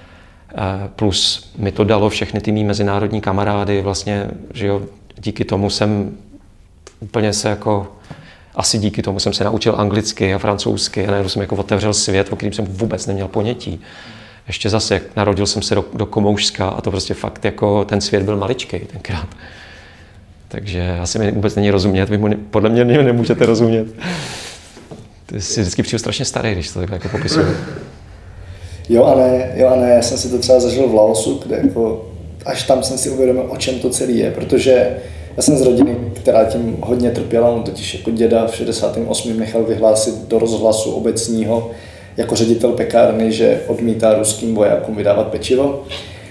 Plus mi to dalo všechny ty mý mezinárodní kamarády, vlastně, že jo, díky tomu jsem úplně se jako, asi díky tomu jsem se naučil anglicky a francouzsky a najednou jsem jako otevřel svět, o kterým jsem vůbec neměl ponětí. Ještě zase, narodil jsem se do, do Komoušska a to prostě fakt jako, ten svět byl maličký tenkrát. Takže asi mi vůbec není rozumět, vy mu ne, podle mě nemůžete rozumět. Ty si vždycky přijdu strašně starý, když to takhle jako popisuju. Jo a ne, jo a ne, já jsem si to třeba zažil v Laosu, kde jako, až tam jsem si uvědomil, o čem to celý je, protože já jsem z rodiny, která tím hodně trpěla, on totiž jako děda v šedesátém osmém nechal vyhlásit do rozhlasu obecního jako ředitel pekárny, že odmítá ruským vojákům vydávat pečivo.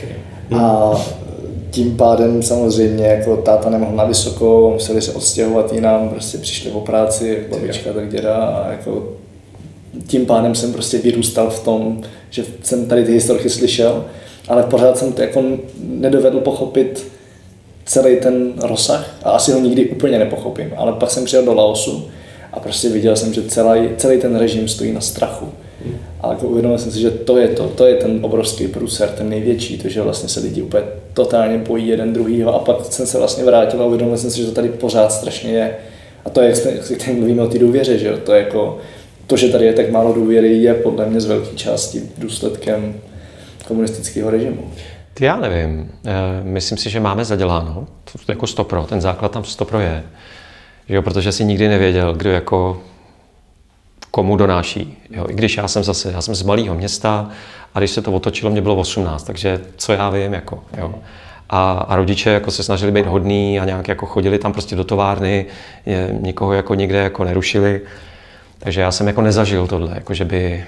A tím pádem samozřejmě jako táta nemohl na vysokou, museli se odstěhovat jinam, prostě přišli o práci, babička, tak děda a jako tím pádem jsem prostě vyrůstal v tom, že jsem tady ty historky slyšel, ale pořád jsem to jako nedovedl pochopit celý ten rozsah a asi ho nikdy úplně nepochopím, ale pak jsem přijel do Laosu a prostě viděl jsem, že celý, celý ten režim stojí na strachu. Ale jako uvědomil jsem si, že to je to, to je ten obrovský průser, ten největší, to, že vlastně se lidi úplně totálně bojí jeden druhýho a pak jsem se vlastně vrátil a uvědomil jsem si, že to tady pořád strašně je. A to je, jak tady mluvíme o té důvěře, že jo, to je jako, to, že tady je tak málo důvěry, je podle mě z velké části důsledkem komunistického režimu. Ty já nevím, myslím si, že máme zaděláno, to jako stopro, ten základ tam stopro je, že jo, protože si nikdy nevěděl, kdo jako komu donáší. Jo. I když já jsem zase, já jsem z malého města a když se to otočilo, mě bylo osmnáct, takže co já vím, jako, jo. A, a rodiče jako se snažili být hodní a nějak jako chodili tam prostě do továrny, je, nikoho jako nikde jako nerušili. Takže já jsem jako nezažil tohle, jako že by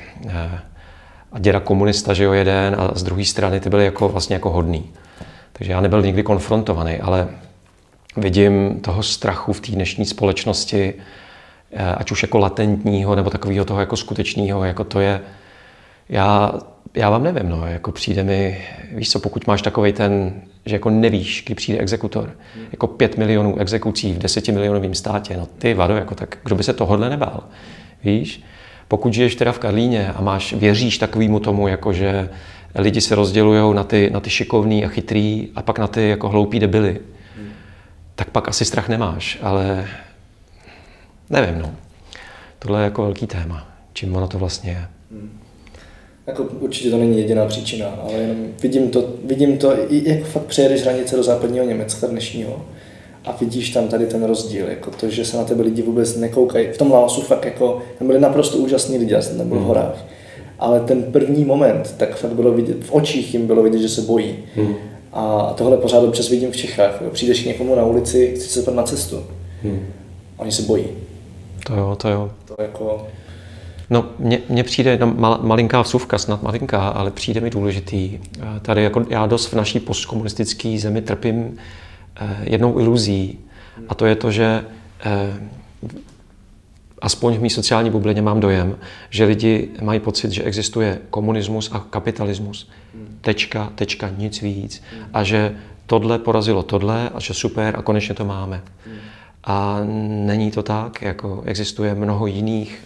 a děda komunista, že jo, jeden a z druhé strany ty byly jako vlastně jako hodný. Takže já nebyl nikdy konfrontovaný, ale vidím toho strachu v té dnešní společnosti, ať už jako latentního, nebo takového toho jako skutečného, jako to je, já, já vám nevím, no, jako přijde mi, víš co, pokud máš takovej ten, že jako nevíš, kdy přijde exekutor, hmm. jako pět milionů exekucí v desetimilionovém státě, no ty vado, jako tak, kdo by se tohodle nebál, víš? Pokud žiješ teda v Karlíně a máš, věříš takovému tomu, jako že lidi se rozdělujou na ty, na ty šikovný a chytrý a pak na ty jako hloupý debily, hmm. tak pak asi strach nemáš, ale nevím, no. Tohle je jako velký téma, čím ono to vlastně je. Hmm. Jako určitě to není jediná příčina, ale jenom vidím to, vidím to, i jak fakt přejedeš hranice do západního Německa dnešního a vidíš tam tady ten rozdíl, jako to, že se na tebe lidi vůbec nekoukají. V tom Laosu fakt jako, tam byli naprosto úžasní lidi, já jsem tam byl v horách, ale ten první moment, tak fakt bylo vidět, v očích jim bylo vidět, že se bojí. Hmm. A tohle pořád občas vidím v Čechách, jo. Přijdeš k někomu na ulici, chci se ptat na cestu. Hmm. Oni se bojí. To jo, to jo. To jako... No, mně přijde jedna mal, malinká vsuvka, snad malinká, ale přijde mi důležitý. Tady jako já dost v naší postkomunistické zemi trpím jednou iluzí, a to je to, že aspoň v mý sociální bublině mám dojem, že lidi mají pocit, že existuje komunismus a kapitalismus. Tečka, tečka, nic víc. A že tohle porazilo tohle a že super a konečně to máme. A není to tak, jako existuje mnoho jiných,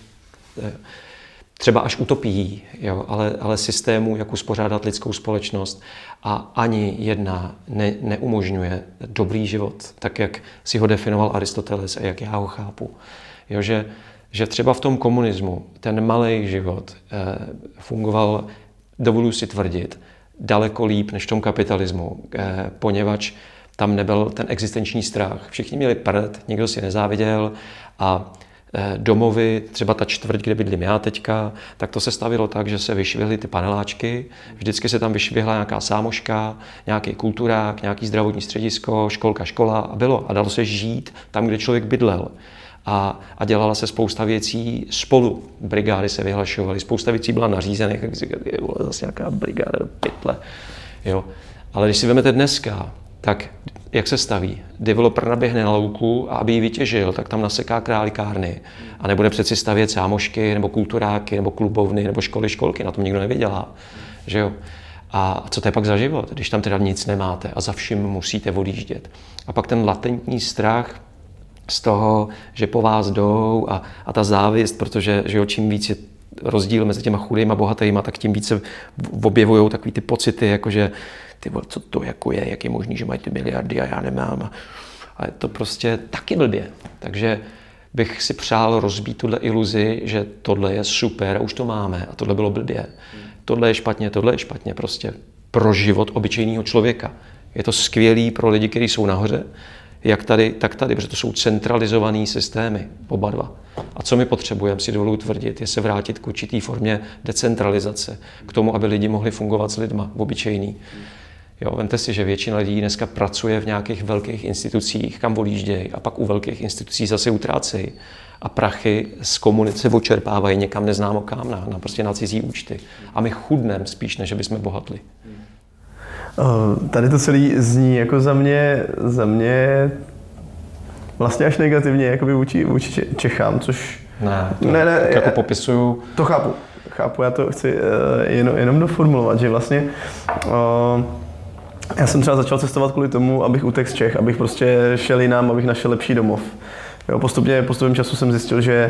třeba až utopií, jo, ale, ale systémů, jak uspořádat lidskou společnost, a ani jedna ne, neumožňuje dobrý život, tak jak si ho definoval Aristoteles a jak já ho chápu. Jo, že, že třeba v tom komunismu ten malej život eh, fungoval, dovoluji si tvrdit, daleko líp než v tom kapitalismu, eh, poněvadž tam nebyl ten existenční strach. Všichni měli prd, nikdo si nezáviděl a domovy, třeba ta čtvrť, kde bydlím já teďka, tak to se stavilo tak, že se vyšvihly ty paneláčky, vždycky se tam vyšvihla nějaká sámoška, nějaký kulturák, nějaký zdravotní středisko, školka, škola a bylo. A dalo se žít tam, kde člověk bydlel. A, a dělala se spousta věcí spolu. Brigády se vyhlašovaly, spousta věcí byla nařízených, jak říkat, je vole, zase nějaká brigáda do pytle. Jo. Ale když si vezmete dneska, tak jak se staví? Developer naběhne na louku a aby ji vytěžil, tak tam naseká králikárny. A nebude přeci stavět sámošky, nebo kulturáky, nebo klubovny, nebo školy, školky. Na tom nikdo nevydělá. Že jo? A co to je pak za život, když tam teda nic nemáte a za vším musíte odjíždět? A pak ten latentní strach z toho, že po vás jdou a, a ta závist, protože že jo, čím víc je rozdíl mezi těma chudýma a bohatýma, tak tím víc se objevují takový ty pocity, jakože ty vole, co to jako je, jak je možný, že mají ty miliardy a já nemám. A je to prostě taky blbě. Takže bych si přál rozbít tuhle iluzi, že tohle je super a už to máme a tohle bylo blbě. Tohle je špatně, tohle je špatně prostě pro život obyčejného člověka. Je to skvělý pro lidi, kteří jsou nahoře, jak tady, tak tady, protože to jsou centralizované systémy, oba dva. A co my potřebujeme, si dovoluji tvrdit, je se vrátit k určitý formě decentralizace, k tomu, aby lidi mohli fungovat s lidma, obyčejný. Jo, vemte si, že většina lidí dneska pracuje v nějakých velkých institucích, kam odjíždějí, a pak u velkých institucí zase utrácejí. A prachy z komunice odčerpávají někam neznámo kam, na, na, prostě na cizí účty. A my chudneme spíš, než bychom bohatli. Tady to celé zní jako za mě, za mě vlastně až negativně jakoby vůči, vůči Čechám, což... Ne, to ne, ne, jako popisuju... To chápu, chápu, já to chci uh, jenom, jenom doformulovat, že vlastně uh, já jsem třeba začal cestovat kvůli tomu, abych utekl z Čech, abych prostě šel jinam, abych našel lepší domov. Jo, postupně, postupem času jsem zjistil, že,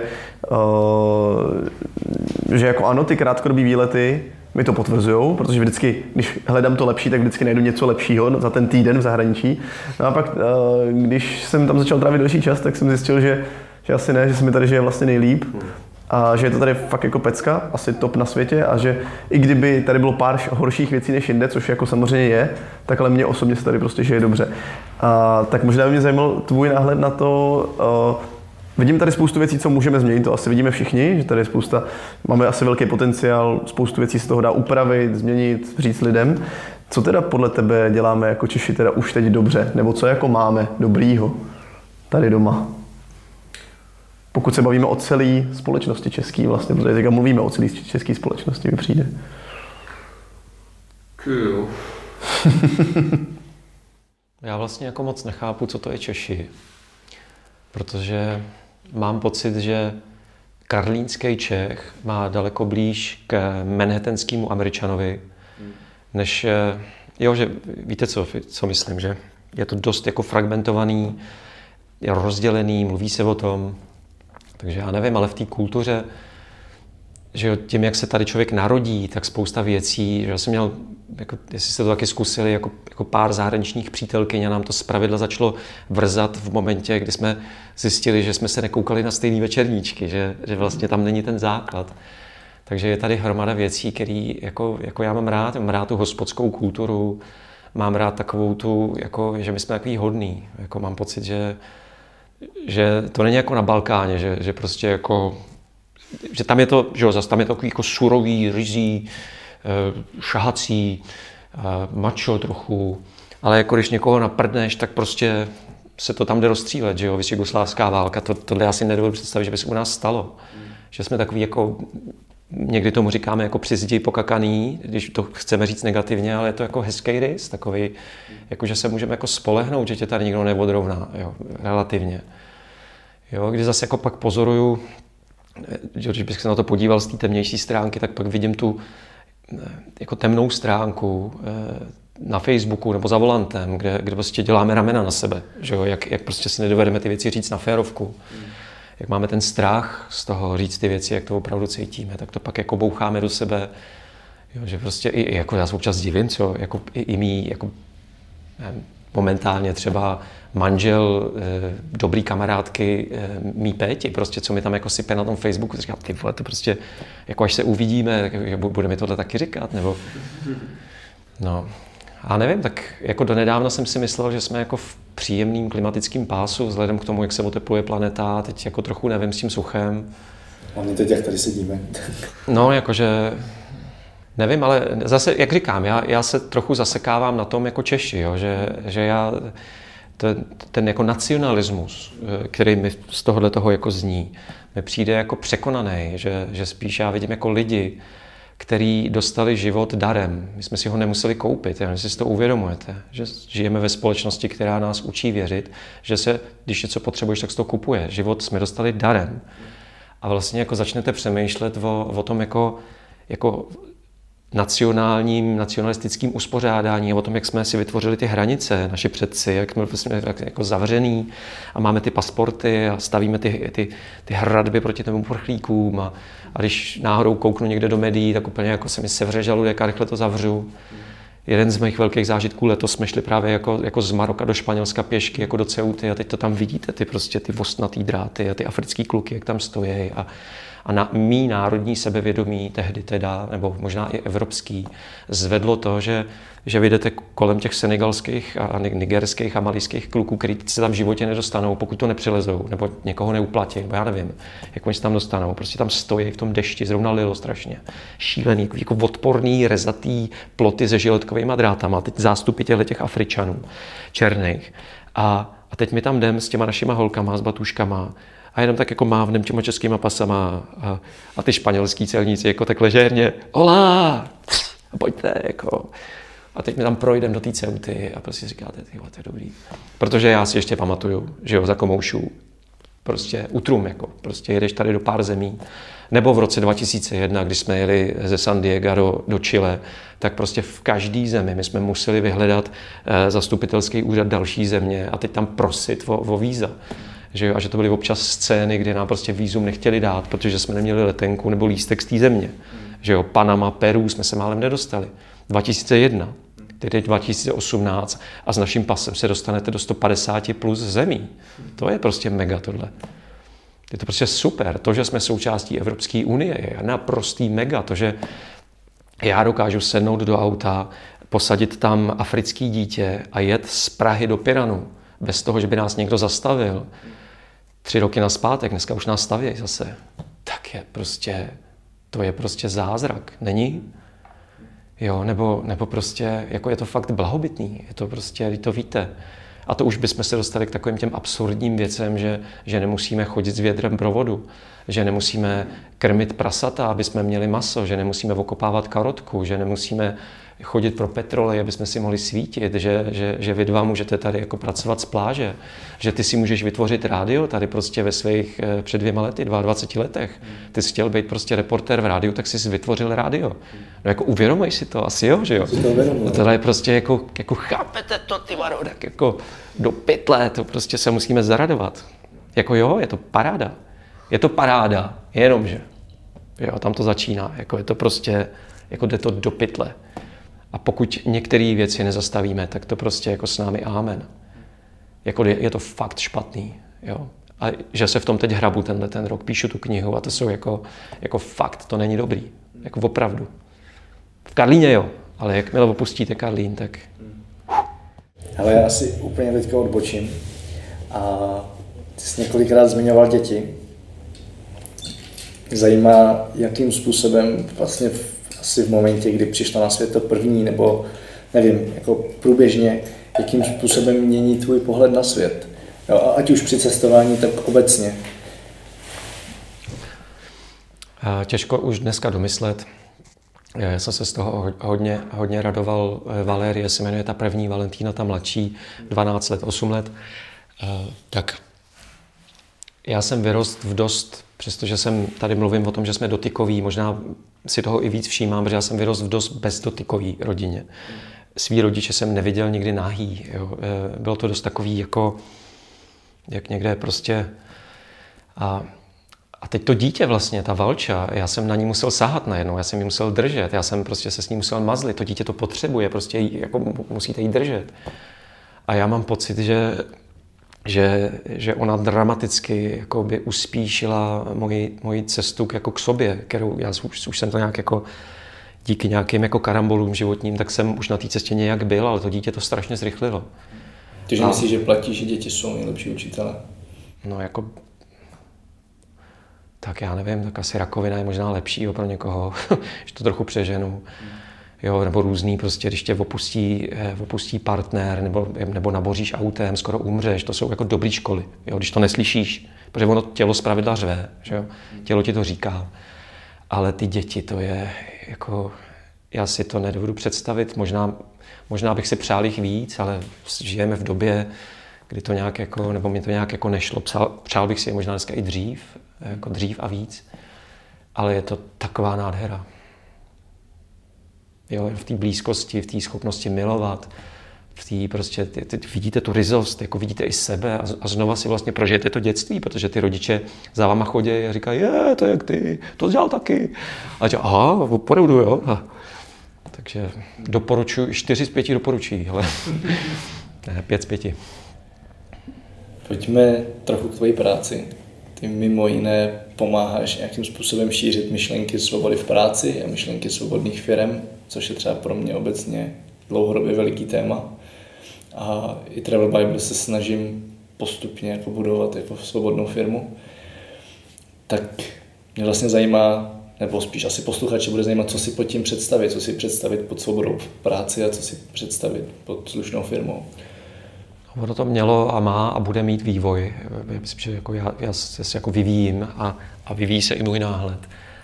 uh, že jako ano, ty krátkodobý výlety mi to potvrzujou, protože vždycky, když hledám to lepší, tak vždycky najdu něco lepšího za ten týden v zahraničí. No a pak, když jsem tam začal trávit delší čas, tak jsem zjistil, že, že asi ne, že se mi tady žije vlastně nejlíp. A že je to tady fakt jako pecka, asi top na světě, a že i kdyby tady bylo pár horších věcí než jinde, což jako samozřejmě je, tak ale mě osobně se tady prostě žije dobře. A tak možná by mě zajímal tvůj náhled na to. Uh, Vidím tady spoustu věcí, co můžeme změnit, to asi vidíme všichni, že tady je spousta, máme asi velký potenciál, spoustu věcí se toho dá upravit, změnit, říct lidem. Co teda podle tebe děláme jako Češi teda už teď dobře, nebo co jako máme dobrýho tady doma? Pokud se bavíme o celé společnosti české vlastně, protože teďka mluvíme o celé české společnosti, mi přijde. Cool. Já vlastně jako moc nechápu, co to je Češi, protože mám pocit, že karlínský Čech má daleko blíž k manhattanskému Američanovi, než, jo, že víte co, co myslím, že je to dost jako fragmentovaný, je rozdělený, mluví se o tom, takže já nevím, ale v té kultuře, že tím, jak se tady člověk narodí, tak spousta věcí, že já jsem měl, jako, jestli jste to taky zkusili, jako, jako pár zahraničních přítelkyň a nám to zpravidla začalo vrzat v momentě, kdy jsme zjistili, že jsme se nekoukali na stejné večerníčky, že, že vlastně tam není ten základ. Takže je tady hromada věcí, které jako, jako já mám rád, mám rád tu hospodskou kulturu, mám rád takovou tu, jako, že my jsme takový hodný, jako mám pocit, že, že to není jako na Balkáně, že, že prostě jako že tam je to, že jo, zase tam je to takový jako surový, ryzí, šahací, macho trochu, ale jako když někoho naprdneš, tak prostě se to tam jde rozstřílet, že jo, jugoslávská válka, to, tohle já si nedovedu představit, že by se u nás stalo. Mm. Že jsme takový jako, někdy tomu říkáme jako při zdi pokakaný, když to chceme říct negativně, ale je to jako hezký rys, takový, mm. jako že se můžeme jako spolehnout, že tě tady nikdo neodrovná, jo, relativně. Jo, když zase jako pak pozoruju, že když bych se na to podíval z té temnější stránky, tak pak vidím tu jako temnou stránku na Facebooku nebo za volantem, kde, kde prostě děláme ramena na sebe, že jo? Jak, jak prostě si nedovedeme ty věci říct na férovku. Mm. Jak máme ten strach z toho říct ty věci, jak to opravdu cítíme, tak to pak jako boucháme do sebe, jo? Že prostě i, jako já se občas divím, co, jako i, i mý, jako nevím, momentálně třeba manžel, eh, dobrý kamarádky eh, mý Péti, prostě co mi tam jako sype na tom Facebooku, říkám, ty vole, to prostě, jako až se uvidíme, tak bude mi tohle taky říkat, nebo no. A nevím, tak jako donedávna jsem si myslel, že jsme jako v příjemným klimatickém pásu, vzhledem k tomu, jak se otepluje planeta, teď jako trochu nevím s tím suchem. A my teď, jak tady sedíme. No, jakože, nevím, ale zase, jak říkám, já, já se trochu zasekávám na tom jako Češi, jo, že, že já, ten, ten jako nacionalismus, který mi z tohohle toho jako zní, mi přijde jako překonaný, že, že spíš já vidím jako lidi, který dostali život darem. My jsme si ho nemuseli koupit, já nevím, jestli si to uvědomujete, že žijeme ve společnosti, která nás učí věřit, že se, když něco potřebuješ, tak si to kupuje. Život jsme dostali darem. A vlastně jako začnete přemýšlet o, o tom jako, jako nacionálním, nacionalistickým uspořádání a o tom, jak jsme si vytvořili ty hranice, naši předci, jak jsme vlastně jako zavřený a máme ty pasporty a stavíme ty, ty, ty hradby proti těm uprchlíkům a, a když náhodou kouknu někde do médií, tak úplně jako se mi sevře žaludek a rychle to zavřu. Jeden z mých velkých zážitků letos jsme šli právě jako, jako z Maroka do Španělska pěšky, jako do Ceuty a teď to tam vidíte, ty prostě ty ostnatý dráty a ty africký kluky, jak tam stojí a A na mý národní sebevědomí tehdy teda, nebo možná i evropský, zvedlo to, že, že vyjdete kolem těch senegalských a nigerských a malijských kluků, kteří se tam v životě nedostanou, pokud to nepřilezou, nebo někoho neuplatí, nebo já nevím, jak oni se tam dostanou. Prostě tam stojí v tom dešti, zrovna lilo strašně. Šílený, jako odporný, rezatý ploty se žiletkovýma drátama, teď zástupy těch Afričanů, černých. A, a teď my tam jdem s těma našima holkama, s batuškama, a jenom tak jako mávnem těma českýma pasama a, a ty španělský celníci jako tak ležérně hola, a pojďte, jako. A teď mi tam projdem do té Ceuty a prostě říkáte, ty to je dobrý. Protože já si ještě pamatuju, že jo, za Komoušů, prostě utrum, jako, prostě jedeš tady do pár zemí. Nebo v roce dva tisíce jedna, když jsme jeli ze San Diega do, do Chile, tak prostě v každé zemi my jsme museli vyhledat eh, zastupitelský úřad další země a teď tam prosit o, o víza. Že jo, a že to byly občas scény, kdy nám prostě vízum nechtěli dát, protože jsme neměli letenku nebo lístek z té země. Mm. Že jo, Panama, Peru jsme se málem nedostali. dva tisíce jedna, teď dva tisíce osmnáct a s naším pasem se dostanete do sto padesát plus zemí. To je prostě mega tohle. Je to prostě super. To, že jsme součástí Evropské unie, je naprostý mega. To, že já dokážu sednout do auta, posadit tam africký dítě a jet z Prahy do Piranu bez toho, že by nás někdo zastavil. Tři roky nazpátek, dneska už nás stavějí zase. Tak je prostě, to je prostě zázrak, není? Jo, nebo, nebo prostě, jako je to fakt blahobytný, je to prostě, to víte. A to už bychom se dostali k takovým těm absurdním věcem, že, že nemusíme chodit s vědrem pro vodu, že nemusíme krmit prasata, aby jsme měli maso, že nemusíme okopávat karotku, že nemusíme chodit pro petrolej, aby jsme si mohli svítit, že, že, že vy dva můžete tady jako pracovat z pláže, že ty si můžeš vytvořit rádio tady prostě ve svých před dvěma lety, dvaceti letech. Ty jsi chtěl být prostě reportér v rádiu, tak jsi vytvořil rádio. No jako uvědomuješ si to, asi jo, že jo? No tohle je prostě jako, jako chápete to, ty varo, tak jako do pytle, to prostě se musíme zaradovat. Jako jo, je to paráda. Je to paráda, jenomže. Jo, tam to začíná, jako je to prostě, jako jde to do pytle. A pokud některé věci nezastavíme, tak to prostě jako s námi amen. Jako je, je to fakt špatný. Jo? A že se v tom teď hrabu tenhle ten rok, píšu tu knihu a to jsou jako, jako fakt, to není dobrý. Jako opravdu. V Karlíně jo, ale jakmile opustíte Karlín, tak... Ale já asi úplně teďka odbočím. A ty jsi několikrát zmiňoval děti. Zajímá, jakým způsobem vlastně v, asi v momentě, kdy přišla na svět to první, nebo nevím, jako průběžně, jakým způsobem mění tvůj pohled na svět. Jo, ať už při cestování, tak obecně. Těžko už dneska domyslet. Já jsem se z toho hodně, hodně radoval. Valérie se jmenuje ta první, Valentína ta mladší, dvanáct let, osm let. Tak já jsem vyrost v dost, přestože jsem tady mluvím o tom, že jsme dotykoví, možná si toho i víc všímám, protože já jsem vyrost v dost bezdotykový rodině. Svý rodiče jsem neviděl nikdy nahý. Jo. Bylo to dost takový jako, jak někde prostě... A, a teď to dítě vlastně, ta Valča, já jsem na ní musel sahat najednou, já jsem ji musel držet, já jsem prostě se s ní musel mazlit, to dítě to potřebuje, prostě jako musíte jí držet. A já mám pocit, že, že, že ona dramaticky jakoby uspíšila moji, moji cestu jako k sobě, kterou já už, už jsem to nějak jako díky nějakým jako karambolům životním, tak jsem už na té cestě nějak byl, ale to dítě to strašně zrychlilo. Takže a... myslíš, že platí, že děti jsou nejlepší učitelé? No jako... Tak já nevím, tak asi rakovina je možná lepší pro někoho, že to trochu přeženu. Jo, nebo různý, prostě, když tě opustí, opustí partner, nebo, nebo naboříš autem, skoro umřeš, to jsou jako dobrý školy, jo, když to neslyšíš, protože ono tělo zpravidla řve, že jo, tělo ti to říká. Ale ty děti, to je jako, já si to nedovedu představit, možná, možná bych si přál jich víc, ale žijeme v době, kdy to nějak jako, nebo mě to nějak jako nešlo, přál, přál bych si je možná dneska i dřív, jako dřív a víc, ale je to taková nádhera. Jo, v té blízkosti, v té schopnosti milovat, v té prostě, ty, ty, vidíte tu ryzost, jako vidíte i sebe a, a znova si vlastně prožijete to dětství, protože ty rodiče za váma chodí a říkají, je, to je jak ty, to dělal taky. A říká, aha, opravdu, jo. A, takže doporučuji, čtyři z pěti doporučuji, ale ne, pět z pěti. Pojďme trochu k tvojí práci. Ty mimo jiné pomáháš nějakým způsobem šířit myšlenky svobody v práci a myšlenky svobodných firem, což je třeba pro mě obecně dlouhodobě veliký téma. A i Travel Bible se snažím postupně jako budovat jako svobodnou firmu. Tak mě vlastně zajímá, nebo spíš asi posluchače bude zajímat, co si pod tím představit, co si představit pod svobodou v práci a co si představit pod slušnou firmou. Ono to mělo a má a bude mít vývoj. Myslím, že jako já, já se jako vyvíjím a, a vyvíjí se i můj náhled.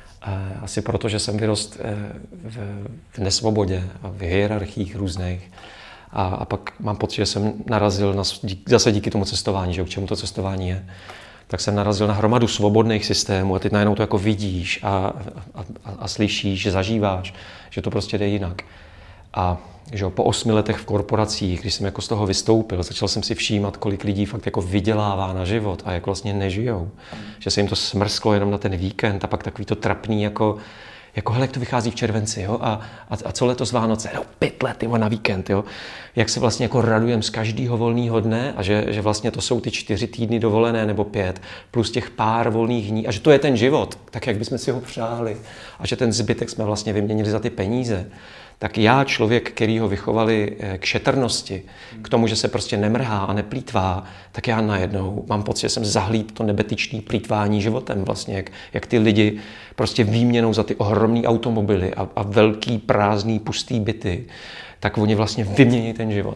Asi proto, že jsem vyrost v, v nesvobodě a v hierarchiích různých. A, a pak mám pocit, že jsem narazil na, zase díky tomu cestování, že k čemu to cestování je, tak jsem narazil na hromadu svobodných systémů a teď najednou to jako vidíš a, a, a, a slyšíš, že zažíváš, že to prostě jde jinak. A že po osmi letech v korporacích, když jsem jako z toho vystoupil, začal jsem si všímat, kolik lidí fakt jako vydělává na život a jak vlastně nežijou. Že se jim to smrsklo jenom na ten víkend a pak takový to trapný jako, jako hele, jak to vychází v červenci, jo? A, a, a co letos Vánoce? No pět let, jo, na víkend, jo? Jak se vlastně jako radujem z každého volného dne a že, že vlastně to jsou ty čtyři týdny dovolené nebo pět, plus těch pár volných dní a že to je ten život, tak jak bychom si ho přáli a že ten zbytek jsme vlastně vyměnili za ty peníze. Tak já, člověk, který ho vychovali k šetrnosti, k tomu, že se prostě nemrhá a neplýtvá, tak já najednou mám pocit, že jsem zahlíd to nebetyčný plýtvání životem vlastně, jak, jak ty lidi prostě výměnou za ty ohromný automobily a, a velký prázdný pustý byty, tak oni vlastně vymění ten život.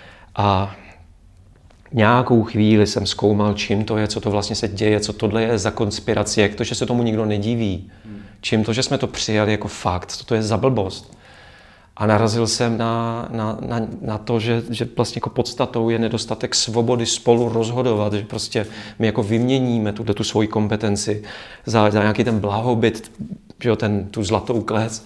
A nějakou chvíli jsem zkoumal, čím to je, co to vlastně se děje, co tohle je za konspiraci, jak to, že se tomu nikdo nediví, čím to, že jsme to přijali jako fakt, co to je za blbost. A narazil jsem na, na, na, na to, že, že vlastně jako podstatou je nedostatek svobody spolu rozhodovat, že prostě my jako vyměníme tuto tu svoji kompetenci za, za nějaký ten blahobyt, že jo, ten, tu zlatou klec.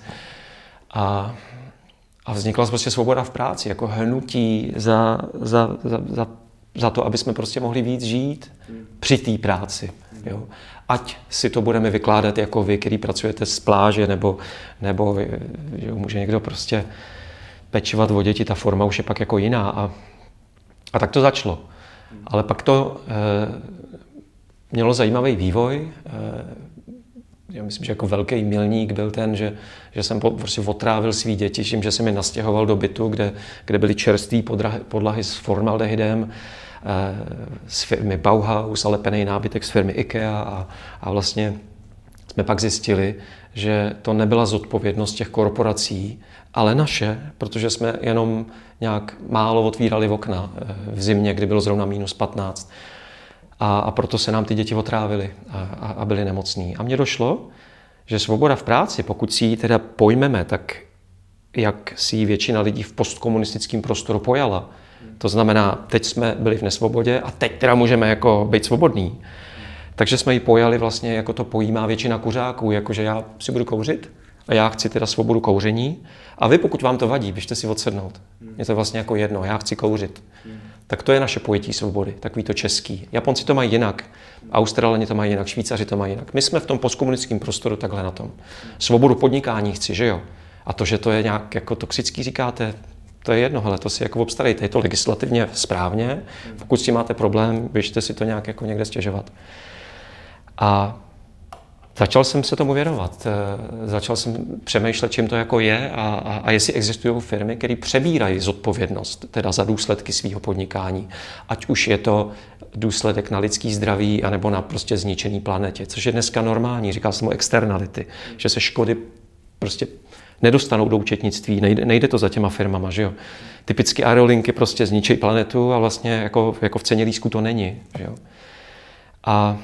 A, a vznikla prostě svoboda v práci, jako hnutí za, za, za, za, za to, aby jsme prostě mohli víc žít při té práci. Jo. Ať si to budeme vykládat jako vy, který pracujete z pláže, nebo, nebo že může někdo prostě pečovat o děti, ta forma už je pak jako jiná. A, a tak to začalo. Ale pak to e, mělo zajímavý vývoj. E, já myslím, že jako velký milník byl ten, že, že jsem prostě otrávil svý děti tím, že jsem je nastěhoval do bytu, kde, kde byly čerstvé podlahy s formaldehydem, z firmy Bauhaus a lepený nábytek z firmy IKEA a, a vlastně jsme pak zjistili, že to nebyla zodpovědnost těch korporací, ale naše, protože jsme jenom nějak málo otvírali okna v zimě, kdy bylo zrovna minus patnáct. A, a proto se nám ty děti otrávily a, a, a byly nemocný. A mně došlo, že svoboda v práci, pokud si ji teda pojmeme, tak jak si ji většina lidí v postkomunistickém prostoru pojala. To znamená, teď jsme byli v nesvobodě a teď teda můžeme jako být svobodní. Takže jsme ji pojali vlastně, jako to pojímá většina kuřáků, jakože já si budu kouřit a já chci teda svobodu kouření. A vy, pokud vám to vadí, běžte si odsednout. Je to vlastně jako jedno, já chci kouřit. Tak to je naše pojetí svobody, takový to český. Japonci to mají jinak, Australani to mají jinak, Švýcaři to mají jinak. My jsme v tom postkomunistickém prostoru takhle na tom. Svobodu podnikání chci, že jo? A to, že to je nějak jako toxický, říkáte, to je jedno, hele, to si jako obstarejte, je to legislativně správně. Pokud s tím máte problém, běžte si to nějak jako někde stěžovat. A začal jsem se tomu věnovat. Začal jsem přemýšlet, čím to jako je a, a, a jestli existují firmy, které přebírají zodpovědnost teda za důsledky svého podnikání. Ať už je to důsledek na lidský zdraví anebo na prostě zničený planetě, což je dneska normální. Říkal jsem o externality, že se škody prostě nedostanou do účetnictví, nejde, nejde to za těma firmama, že jo. Typicky aerolinky prostě zničí planetu a vlastně jako, jako v ceně lístku to není, že jo. A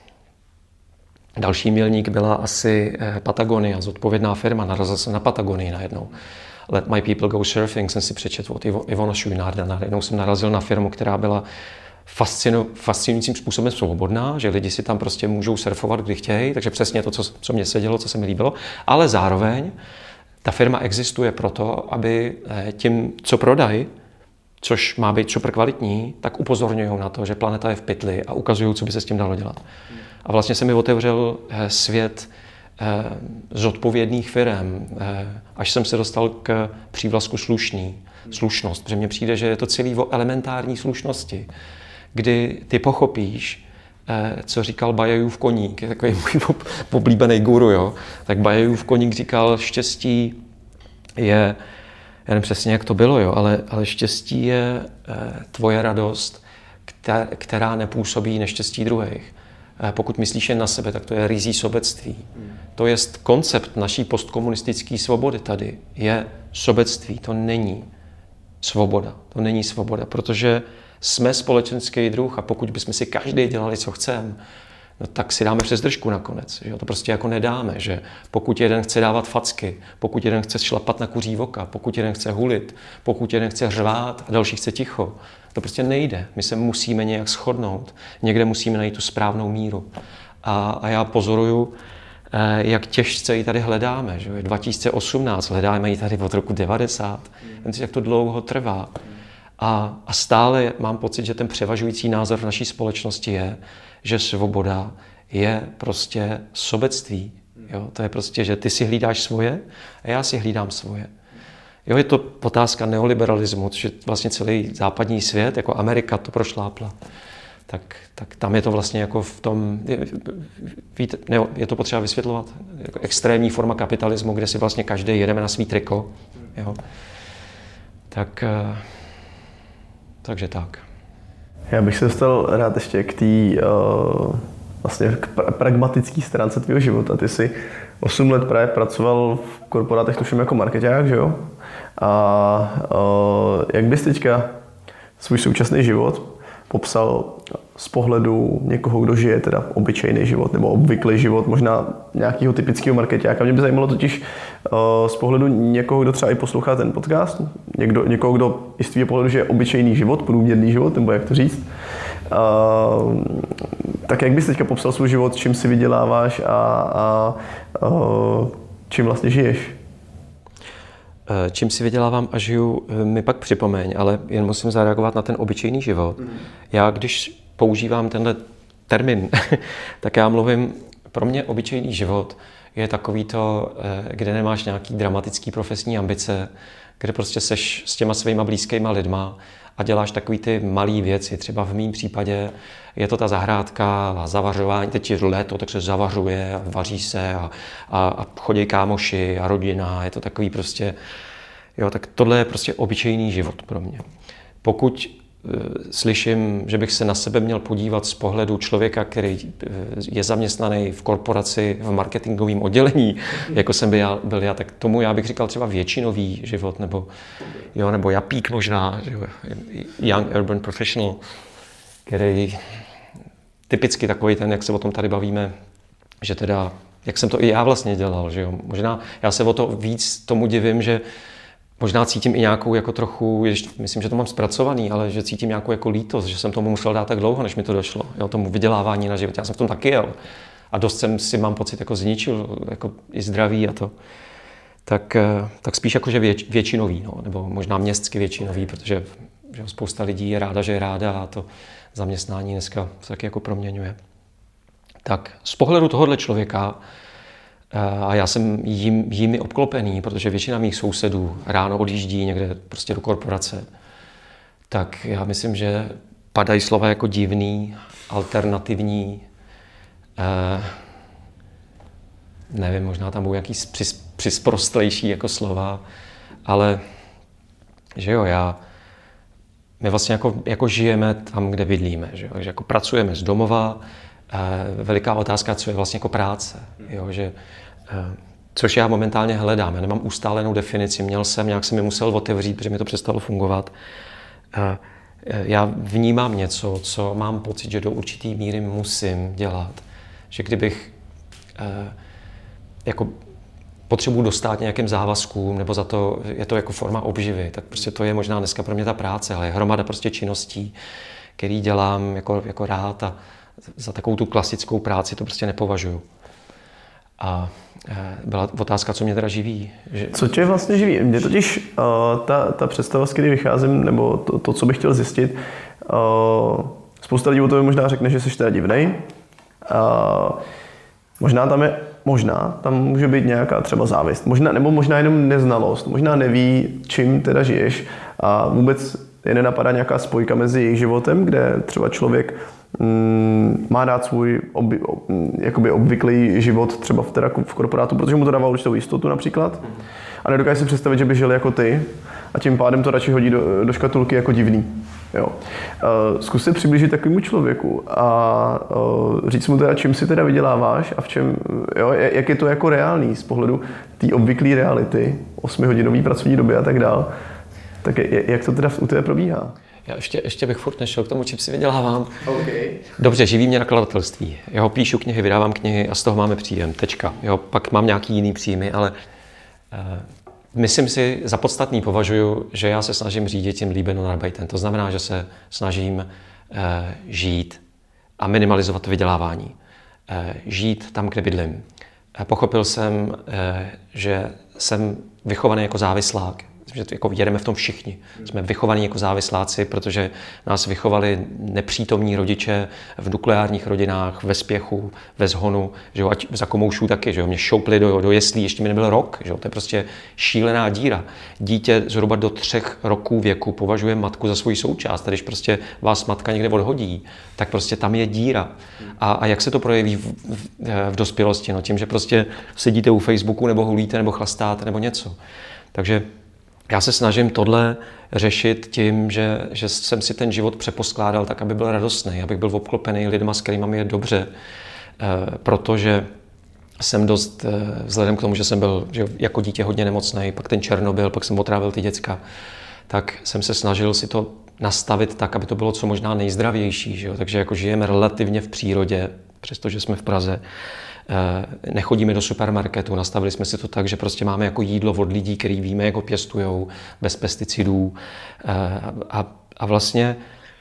další milník byla asi Patagonia, zodpovědná firma, narazil jsem na Patagonii najednou. Let my people go surfing jsem si přečetl od Ivona Šujnárda, najednou jsem narazil na firmu, která byla fascinu, fascinujícím způsobem svobodná, že lidi si tam prostě můžou surfovat, kdy chtějí, takže přesně to, co, co mě sedělo, co se mi líbilo, ale zároveň ta firma existuje proto, aby tím, co prodají, což má být super kvalitní, tak upozorňují na to, že planeta je v pytli a ukazují, co by se s tím dalo dělat. A vlastně se mi otevřel svět zodpovědných firem, až jsem se dostal k přívlastku slušný, slušnost, protože mně přijde, že je to celý o elementární slušnosti, kdy ty pochopíš, co říkal Bajajův koník, je takový můj oblíbený guru, jo? Tak Bajajův koník říkal, štěstí je, já nevím přesně, jak to bylo, jo? Ale, ale štěstí je tvoje radost, která nepůsobí neštěstí druhých. Pokud myslíš jen na sebe, tak to je ryzí sobectví. To je koncept naší postkomunistické svobody tady, je sobectví, to není svoboda, to není svoboda, protože jsme společenský druh a pokud bychom si každý dělali, co chceme, no tak si dáme přes držku nakonec. Že? To prostě jako nedáme, že pokud jeden chce dávat facky, pokud jeden chce šlapat na kuří voka, pokud jeden chce hulit, pokud jeden chce řvát a další chce ticho, to prostě nejde. My se musíme nějak shodnout. Někde musíme najít tu správnou míru. A, a já pozoruju, jak těžce ji tady hledáme. Že? dva tisíce osmnáct, hledáme ji tady od roku devadesát. Jen si, jak to dlouho trvá. A, a stále mám pocit, že ten převažující názor v naší společnosti je, že svoboda je prostě sobectví. Jo? To je prostě, že ty si hlídáš svoje a já si hlídám svoje. Jo, je to otázka neoliberalismu, že vlastně celý západní svět, jako Amerika, to prošlápla. Tak, tak tam je to vlastně jako v tom, víte, ne, je to potřeba vysvětlovat, jako extrémní forma kapitalismu, kde si vlastně každý jedeme na svý triko. Jo. Tak, takže tak. Já bych se dostal rád ještě k té uh, vlastně k pra- pragmatické stránce tvého života. Ty jsi osm let právě pracoval v korporátech, tuším jako markeťák, že jo? A uh, jak bys teďka svůj současný život popsal z pohledu někoho, kdo žije teda obyčejný život nebo obvyklý život, možná nějakého typického markeťáka. Mě by zajímalo totiž uh, z pohledu někoho, kdo třeba i poslouchá ten podcast, někdo, někoho, kdo i z tvého pohledu žije obyčejný život, průměrný život, nebo jak to říct. Uh, tak jak bys teďka popsal svůj život, čím si vyděláváš a, a uh, čím vlastně žiješ? Čím si vydělávám a žiju, mi pak připomeň, ale jen musím zareagovat na ten obyčejný život. Mm. Já, když používám tenhle termín, tak já mluvím, pro mě obyčejný život je takový to, kde nemáš nějaký dramatický profesní ambice, kde prostě seš s těma svýma blízkýma lidma a děláš takový ty malý věci. Třeba v mém případě je to ta zahrádka a zavařování, teď je léto, tak se zavařuje a vaří se a, a, a chodí kámoši a rodina, je to takový prostě, jo, tak tohle je prostě obyčejný život pro mě. Pokud slyším, že bych se na sebe měl podívat z pohledu člověka, který je zaměstnaný v korporaci v marketingovém oddělení, jako jsem byl já, byl já, tak tomu já bych říkal třeba většinový život, nebo, jo, nebo japík možná, že jo, young urban professional, který typicky takový ten, jak se o tom tady bavíme, že teda, jak jsem to i já vlastně dělal, že jo, možná já se o to víc tomu divím, že možná cítím i nějakou jako trochu, ještě, myslím, že to mám zpracovaný, ale že cítím nějakou jako lítost, že jsem tomu musel dát tak dlouho, než mi to došlo, jo, tomu vydělávání na život. Já jsem v tom taky jel a dost jsem si, mám pocit, jako zničil jako i zdraví a to. Tak, tak spíš jako, že věč, většinový, no, nebo možná městsky většinový, protože že spousta lidí je ráda, že je ráda a to zaměstnání dneska se taky jako proměňuje. Tak z pohledu tohohle člověka, a já jsem jim, jimi obklopený, protože většina mých sousedů ráno odjíždí někde prostě do korporace, tak já myslím, že padají slova jako divný, alternativní, eh, nevím, možná tam budou jaký přis, přisprostlejší jako slova, ale že jo, já, my vlastně jako, jako žijeme tam, kde bydlíme, že jo, takže jako pracujeme z domova. Veliká otázka, co je vlastně jako práce, jo, že, což já momentálně hledám. Já nemám ustálenou definici, měl jsem, nějak jsem mi musel otevřít, protože mi to přestalo fungovat. Já vnímám něco, co mám pocit, že do určitý míry musím dělat. Že kdybych jako potřebuji dostat nějakým závazkům, nebo za to je to jako forma obživy, tak prostě to je možná dneska pro mě ta práce, ale je hromada prostě činností, který dělám jako, jako rád a za takovou tu klasickou práci to prostě nepovažuju. A byla otázka, co mě teda živí. Že... Co tě vlastně živí? Mě totiž uh, ta, ta představa, z které vycházím, nebo to, to, co bych chtěl zjistit, uh, spousta lidí o tobě možná řekne, že jsi teda divnej. Uh, možná tam je, možná tam může být nějaká třeba závist, možná, nebo možná jenom neznalost, možná neví, čím teda žiješ a vůbec je nenapadá nějaká spojka mezi jejich životem, kde třeba člověk mm, má dát svůj oby, ob, jakoby obvyklý život třeba v, teda v korporátu, protože mu to dává určitou jistotu například a nedokáže si představit, že by žil jako ty a tím pádem to radši hodí do, do škatulky jako divný. Jo. Uh, zkus se přiblížit takovému člověku a uh, říct mu teda, čím si teda vyděláváš a v čem, jo, jak je to jako reálný z pohledu té obvyklé reality, osmihodinové pracovní doby a tak dál. Tak jak to teda u tebe probíhá? Já ještě, ještě bych furt nešel k tomu, čím si vydělávám. Okay. Dobře, živí mě nakladatelství. Jo, píšu knihy, vydávám knihy a z toho máme příjem. Tečka. Jo, pak mám nějaký jiný příjmy, ale uh, myslím si, za podstatný považuji, že já se snažím řídit tím Leben und Arbeiten. To znamená, že se snažím uh, žít a minimalizovat vydělávání. Uh, žít tam, kde bydlím. Uh, pochopil jsem, uh, že jsem vychovaný jako závislák. Že to jako jedeme v tom všichni. Jsme vychovaní jako závisláci, protože nás vychovali nepřítomní rodiče v nukleárních rodinách, ve spěchu, ve zhonu, že jo, ať za komoušů taky, že jo, mě šoupli do, do jeslí, ještě mi nebyl rok, že jo, to je prostě šílená díra. Dítě zhruba do třech roků věku považuje matku za svoji součást, a když prostě vás matka někde odhodí, tak prostě tam je díra. A, a jak se to projeví v, v, v dospělosti? No tím, že prostě sedíte u Facebooku nebo hulíte nebo chlastáte nebo něco. Takže já se snažím tohle řešit tím, že, že jsem si ten život přeposkládal tak, aby byl radostný, abych byl obklopený lidma, s kterými mi je dobře, e, protože jsem dost, e, vzhledem k tomu, že jsem byl že jako dítě hodně nemocný, pak ten Černobyl, pak jsem otrávil ty děcka, tak jsem se snažil si to nastavit tak, aby to bylo co možná nejzdravější. Že jo? Takže jako žijeme relativně v přírodě, přestože jsme v Praze. Nechodíme do supermarketu, nastavili jsme si to tak, že prostě máme jako jídlo od lidí, který víme, jak ho pěstujou, bez pesticidů a, a vlastně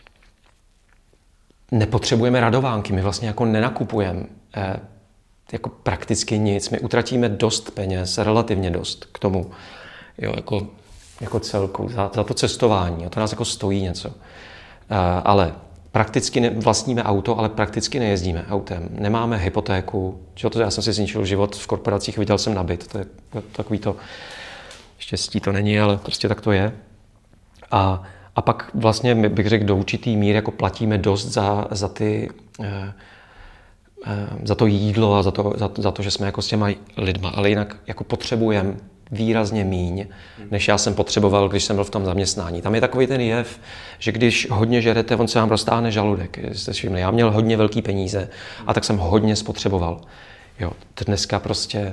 nepotřebujeme radovánky, my vlastně jako nenakupujeme jako prakticky nic, my utratíme dost peněz, relativně dost k tomu, jo, jako, jako celku, za, za to cestování, a to nás jako stojí něco, ale prakticky ne, vlastníme auto, ale prakticky nejezdíme autem. Nemáme hypotéku. To já jsem si zničil život v korporacích, viděl jsem na byt. To je takový to štěstí to není, ale prostě tak to je. A, a pak vlastně bych řekl do určitý míry jako platíme dost za, za ty eh, eh, za to jídlo a za to, za, za to, že jsme jako s těma lidma, ale jinak jako potřebujeme výrazně míň, než já jsem potřeboval, když jsem byl v tom zaměstnání. Tam je takový ten jev, že když hodně žerete, on se vám roztáhne žaludek. Jste všimli, já měl hodně velký peníze a tak jsem hodně spotřeboval. Jo, dneska prostě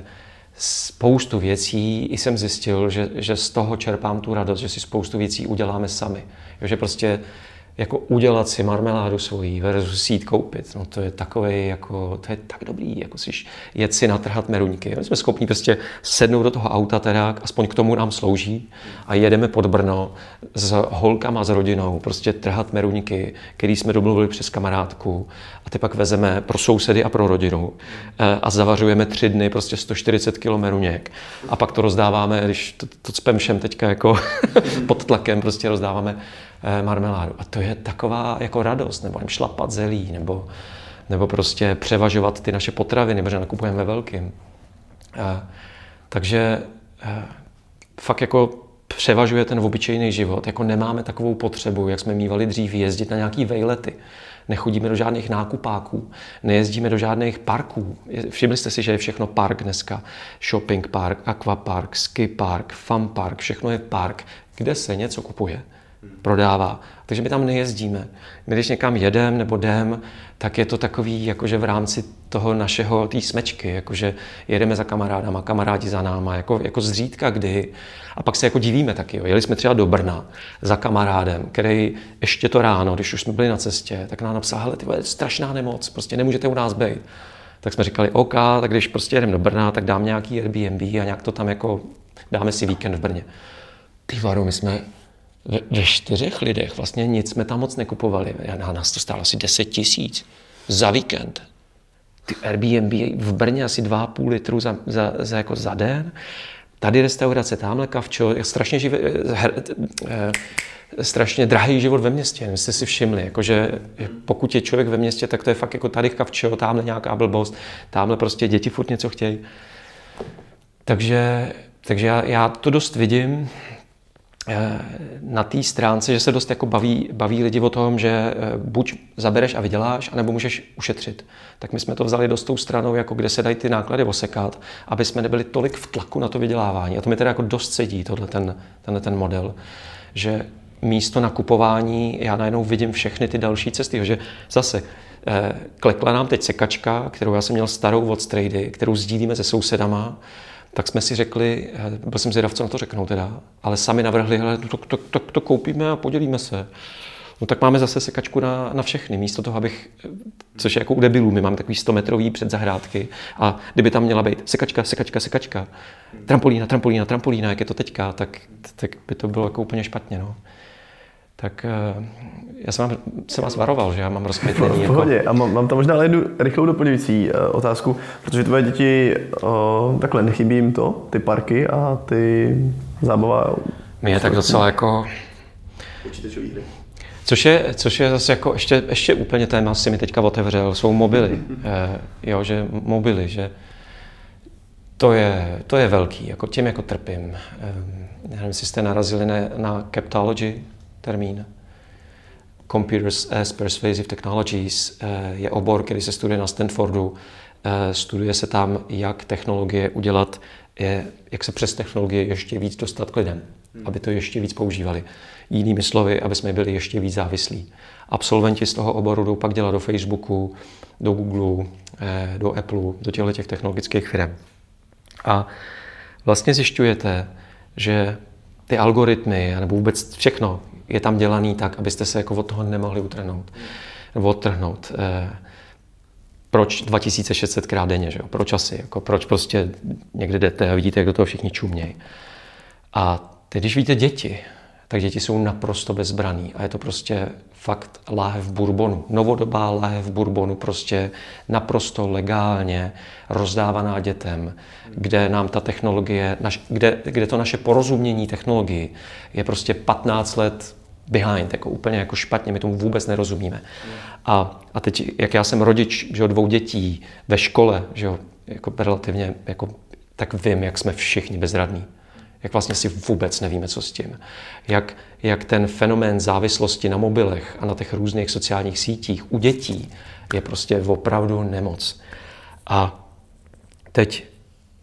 spoustu věcí jsem zjistil, že, že z toho čerpám tu radost, že si spoustu věcí uděláme sami. Jo, že prostě jako udělat si marmeládu svojí versus si jít koupit, no to je takové jako, to je tak dobrý, jako si jet si natrhat meruňky. My jsme schopni prostě sednout do toho auta teda, aspoň k tomu nám slouží a jedeme pod Brno s holkama, s rodinou, prostě trhat meruňky, který jsme domluvili přes kamarádku a ty pak vezeme pro sousedy a pro rodinu a zavařujeme tři dny prostě sto čtyřicet kilo meruněk a pak to rozdáváme, když to, to cpem všem teďka jako pod tlakem prostě rozdáváme marmeládu. A to je taková jako radost, nebo jim šlapat zelí, nebo, nebo prostě převažovat ty naše potraviny, protože nakupujeme ve velkým. A, takže a, fakt jako převažuje ten obyčejný život. Jako nemáme takovou potřebu, jak jsme mívali dřív, jezdit na nějaký vejlety. Nechodíme do žádných nákupáků, nejezdíme do žádných parků. Všimli jste si, že je všechno park dneska. Shopping park, aquapark, ski park, fun park, všechno je park, kde se něco kupuje, prodává. Takže my tam nejezdíme. My když někam jedem nebo jdem, tak je to takový, jakože v rámci toho našeho, té smečky, jakože jedeme za kamarádama, kamarádi za náma, jako, jako zřídka kdy. A pak se jako divíme taky. Jo. Jeli jsme třeba do Brna za kamarádem, který ještě to ráno, když už jsme byli na cestě, tak nám napsal, hele, ty vole, strašná nemoc, prostě nemůžete u nás být. Tak jsme říkali, OK, tak když prostě jedeme do Brna, tak dám nějaký Airbnb a nějak to tam jako dáme si víkend v Brně. Ty varu, my jsme ve, ve čtyřech lidech vlastně nic jsme tam moc nekupovali. Na nás to stálo asi deset tisíc za víkend. Ty Airbnb v Brně asi dva a půl litru za, za, za, jako za den. Tady restaurace, tamhle kavčo, strašně, živé, her, eh, strašně drahý život ve městě. My jste si všimli, jakože pokud je člověk ve městě, tak to je fakt jako tady kavčo, tamhle nějaká blbost, tamhle prostě děti furt něco chtějí. Takže, takže já, já to dost vidím na té stránce, že se dost jako baví, baví lidi o tom, že buď zabereš a vyděláš, anebo můžeš ušetřit. Tak my jsme to vzali dost tou stranou, jako kde se dají ty náklady osekat, aby jsme nebyli tolik v tlaku na to vydělávání. A to mi teda jako dost sedí, tohle ten, tenhle ten model, že místo nakupování já najednou vidím všechny ty další cesty, že zase eh, klekla nám teď sekačka, kterou já jsem měl starou od Strady, kterou sdílíme se sousedama. Tak jsme si řekli, byl jsem zvědav, co na to řeknou teda, ale sami navrhli, hele, to, to, to, to koupíme a podělíme se. No tak máme zase sekačku na, na všechny, místo toho, abych, což je jako u debilů, my máme takový sto metrový předzahrádky a kdyby tam měla být sekačka, sekačka, sekačka, trampolína, trampolína, trampolína, jak je to teďka, tak, tak by to bylo jako úplně špatně, no. Tak já jsem, vám, jsem vás varoval, že já mám rozkvětlený. V pohodě. Jako... A mám, mám tam možná jednu rychlou doplňující uh, otázku, protože tvoje děti, uh, takhle nechybí jim to, ty parky a ty zábava. Mě je tak docela jako... Počítačové hry. Což je, což je zase jako ještě, ještě úplně téma, si mi teďka otevřel, jsou mobily. eh, jo, že mobily, že to je, to je velký, jako tím jako trpím. Eh, nevím, jestli jste narazili na, na Captology, termín. Computers as Persuasive Technologies je obor, který se studuje na Stanfordu. Studuje se tam, jak technologie udělat, jak se přes technologie ještě víc dostat k lidem, aby to ještě víc používali. Jinými slovy, aby jsme byli ještě víc závislí. Absolventi z toho oboru jdou pak dělat do Facebooku, do Google, do Apple, do těchto těch technologických firm. A vlastně zjišťujete, že ty algoritmy, nebo vůbec všechno, je tam dělaný tak, abyste se jako od toho nemohli utrhnout, nebo odtrhnout. Eh, proč dva tisíce šest set krát denně, že jo? Proč asi? Jako proč prostě někde jdete a vidíte, jak do toho všichni čumějí. A teď, když vidíte děti, tak děti jsou naprosto bezbraný a je to prostě fakt láhev bourbonu. Novodobá láhev bourbonu, prostě naprosto legálně rozdávaná dětem, kde nám ta technologie, naš, kde, kde to naše porozumění technologii je prostě patnáct let behind, jako úplně jako špatně, my tomu vůbec nerozumíme. A, a teď, jak já jsem rodič, že jo, dvou dětí ve škole, že jo, jako relativně, jako, tak vím, jak jsme všichni bezradní. Jak vlastně si vůbec nevíme, co s tím. Jak, jak ten fenomén závislosti na mobilech a na těch různých sociálních sítích u dětí je prostě opravdu nemoc. A teď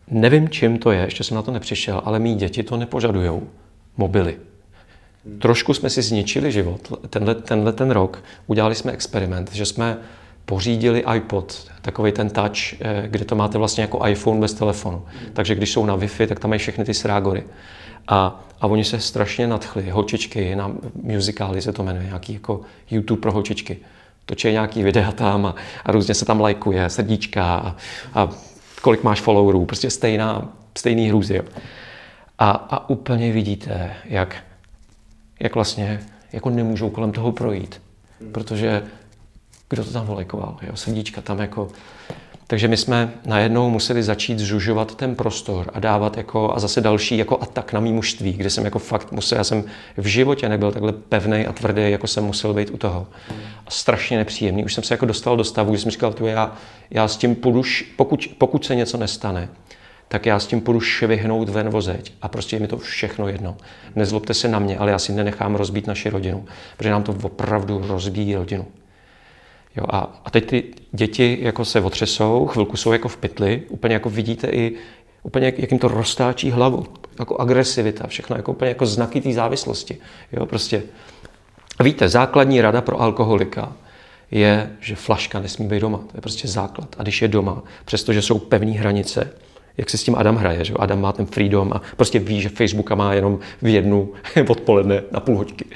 nevím, čím to je, ještě jsem na to nepřišel, ale mý děti to nepožadujou. Mobily. Hmm. Trošku jsme si zničili život. Tenhle, tenhle ten rok udělali jsme experiment, že jsme pořídili iPod, takový ten touch, kde to máte vlastně jako iPhone bez telefonu. Hmm. Takže když jsou na Wi-Fi, tak tam mají všechny ty srágory. A, a oni se strašně nadchli, holčičky, na muzikály se to jmenuje, nějaký jako YouTube pro holčičky. Točí nějaký videa tam a, a různě se tam lajkuje, srdíčka a, a kolik máš followerů, prostě stejná, stejný hrůzy. Jo. A, a úplně vidíte, jak, jak vlastně jako nemůžou kolem toho projít, protože kdo to tam volajkoval, jo, srdíčka tam jako... Takže my jsme najednou museli začít zužovat ten prostor a dávat jako a zase další jako atak na mý mužství, kde jsem jako fakt musel, já jsem v životě nebyl takhle pevnej a tvrdý, jako jsem musel být u toho. A strašně nepříjemný. Už jsem se jako dostal do stavu, že jsem říkal, tu já, já s tím půjdu, pokud, pokud se něco nestane, tak já s tím půjdu švihnout ven vozeď a prostě je mi to všechno jedno. Nezlobte se na mě, ale já si nenechám rozbít naši rodinu, protože nám to opravdu rozbíjí rodinu. Jo, a, a teď ty děti jako se otřesou, chvilku jsou jako v pytli, úplně jako vidíte i, úplně jak, jak jim to roztáčí hlavu, jako agresivita, všechno jako úplně jako znaky té závislosti. Jo, prostě. A víte, základní rada pro alkoholika je, že flaška nesmí být doma, to je prostě základ. A když je doma, přestože jsou pevné hranice, jak se s tím Adam hraje, že jo? Adam má ten freedom a prostě ví, že Facebooka má jenom v jednu odpoledne na půl hoďky.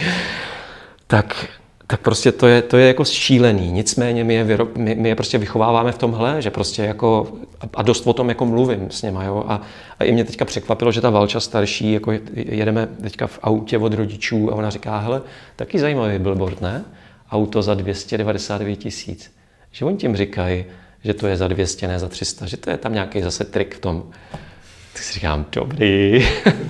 Tak tak prostě to je, to je jako šílený. Nicméně my je, vyro, my, my je prostě vychováváme v tomhle, že prostě jako, a dost o tom jako mluvím s něma, jo. A, a i mě teďka překvapilo, že ta Valča starší, jako jedeme teďka v autě od rodičů a ona říká, hele, taky zajímavý billboard, ne? Auto za dvě stě devadesát devět tisíc. Že oni tím říkají, že to je za dvě stě, ne za tři sta, že to je tam nějaký zase trik v tom. Tak si říkám, dobrý.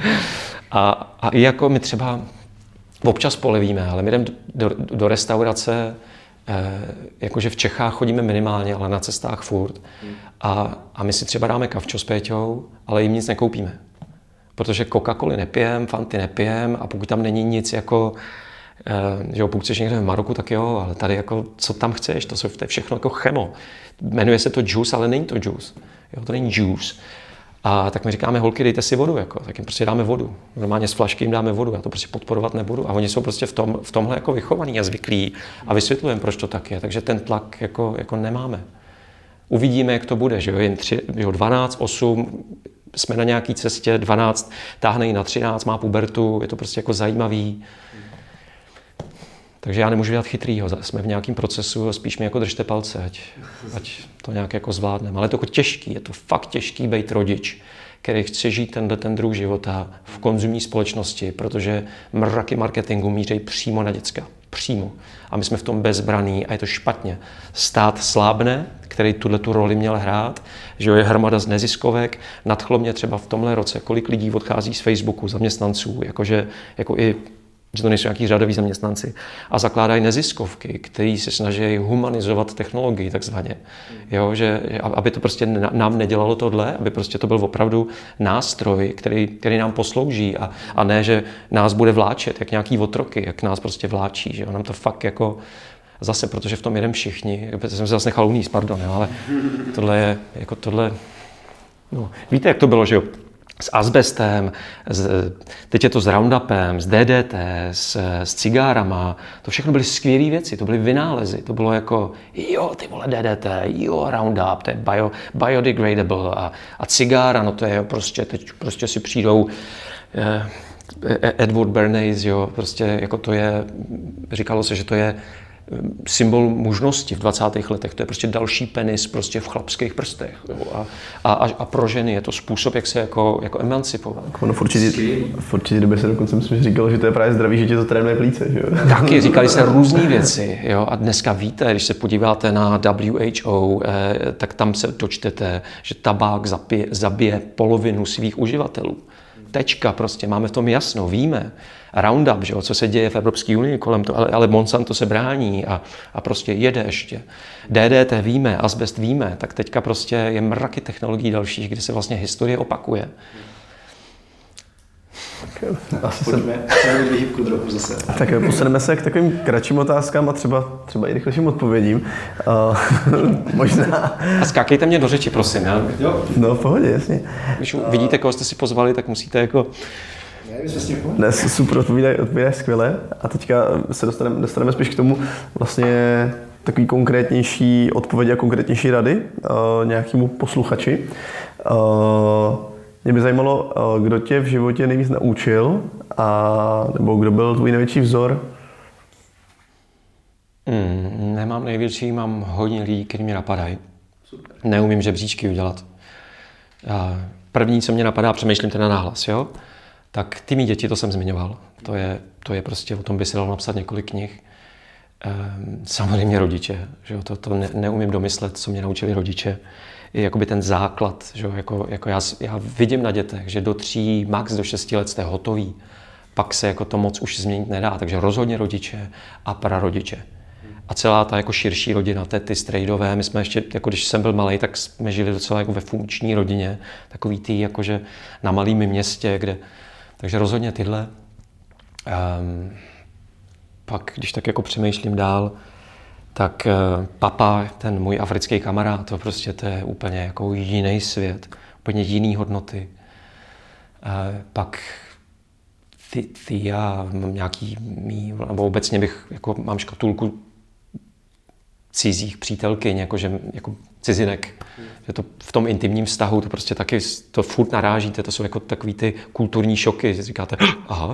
a, a i jako my třeba občas polevíme, ale my jdeme do, do, do restaurace, eh, jakože v Čechách chodíme minimálně, ale na cestách furt. A, a my si třeba dáme kavčo s Péťou, ale jim nic nekoupíme. Protože Coca-Coli nepijem, Fanty nepijem a pokud tam není nic jako, eh, že jo, pokud chceš někde v Maroku, tak jo, ale tady jako, co tam chceš, to, jsou, to je všechno jako chemo. Jmenuje se to juice, ale není to juice. Jo, to není juice. A tak my říkáme, holky, dejte si vodu, jako, tak jim prostě dáme vodu. Normálně z flašky jim dáme vodu, já to prostě podporovat nebudu. A oni jsou prostě v, tom, v tomhle jako vychovaní a zvyklí a vysvětlujeme, proč to tak je. Takže ten tlak jako, jako nemáme. Uvidíme, jak to bude, že jo, jen tři, jo, dvanáct, osm, jsme na nějaký cestě, dvanáct táhne i na třináct, má pubertu, je to prostě jako zajímavý. Takže já nemůžu dělat chytrýho, jsme v nějakém procesu, spíš mi jako držte palce, ať, ať to nějak jako zvládneme. Ale je to jako těžký, je to fakt těžký být rodič, který chce žít tenhle ten druh života v konzumní společnosti, protože mraky marketingu míří přímo na děcka, přímo. A my jsme v tom bezbraný a je to špatně. Stát slábne, který tuhle tu roli měl hrát, že je hromada z neziskovek. Nadchlo mě třeba v tomhle roce, kolik lidí odchází z Facebooku, zaměstnanců, jakože, jako i že to nejsou nějaký řadoví zaměstnanci, a zakládají neziskovky, který se snaží humanizovat technologii takzvaně. Jo, že, aby to prostě nám nedělalo tohle, aby prostě to byl opravdu nástroj, který, který nám poslouží a, a ne, že nás bude vláčet, jak nějaký otroky, jak nás prostě vláčí, že jo, nám to fakt jako zase, protože v tom jedem všichni, jsem se zase nechal uníst, pardon, jo, ale tohle je, jako tohle, no, víte, jak to bylo, že jo? S azbestem, s, teď je to s Roundupem, s D D T, s, s cigárama. To všechno byly skvělé věci, to byly vynálezy. To bylo jako, jo, ty vole D D T, jo, Roundup, to je bio, biodegradable a, a cigára, no to je prostě, teď prostě si přijdou eh, Edward Bernays, jo, prostě jako to je, říkalo se, že to je symbol mužnosti v dvacátých letech. To je prostě další penis prostě v chlapských prstech. Jo. A, a, a pro ženy je to způsob, jak se jako, jako emancipovat. Ono v určitě, v určitě době se dokonce myslím, že říkalo, že to je právě zdravý, že tě to trénuje plíce. Že jo? Taky říkali se různé věci. Jo. A dneska víte, když se podíváte na W H O, eh, tak tam se dočtete, že tabák zabije, zabije polovinu svých uživatelů. Tečka prostě, máme v tom jasno, víme. Roundup, že jo, co se děje v Evropské unii kolem toho, ale, ale Monsanto se brání a, a prostě jede ještě. D D T víme, azbest víme, tak teďka prostě je mraky technologií dalších, kde se vlastně historie opakuje. Asi Pojďme, pojďme výhybku trochu zase. Tak posuneme se k takovým kratším otázkám a třeba, třeba i rychlejším odpovědím. Uh, možná... A skákejte mě do řeči, prosím. Já... Jo. No, v pohodě, jasně. Když vidíte, koho jste si pozvali, tak musíte jako... Dnes super odpovídáš, odpovídáš skvěle a teďka se dostaneme, dostaneme spíš k tomu vlastně takový konkrétnější odpovědi a konkrétnější rady uh, nějakému posluchači. Uh, mě by zajímalo, uh, kdo tě v životě nejvíc naučil a nebo kdo byl tvůj největší vzor? Mm, nemám největší, mám hodně lidí, kteří mě napadají. Super. Neumím žebříčky udělat. Uh, první, co mě napadá, přemýšlím teda nahlas, jo? Tak ty mý děti, to jsem zmiňoval. To je, to je prostě, o tom by se dalo napsat několik knih. Ehm, samozřejmě rodiče, že jo, to, to ne, neumím domyslet, co mě naučili rodiče. Je jakoby ten základ, že jo, jako, jako já, já vidím na dětech, že do tří, max do šesti let jste hotoví, pak se jako to moc už změnit nedá, takže rozhodně rodiče a prarodiče. A celá ta jako širší rodina, tety, strejdové, my jsme ještě, jako když jsem byl malej, tak jsme žili docela jako ve funkční rodině, takový tý, jakože na malém městě, kde, takže rozhodně tyhle. Um, pak, když tak jako přemýšlím dál, tak uh, papa, ten můj africký kamarád, to prostě to je úplně jako jiný svět, úplně jiný hodnoty. Uh, pak ty, ty já mám nějaký mý, nebo obecně bych, jako mám škatulku cizích přítelkyň, jakože, jako cizinek. Že to v tom intimním vztahu to prostě taky to furt narážíte, to jsou jako takový ty kulturní šoky, že říkáte, aha,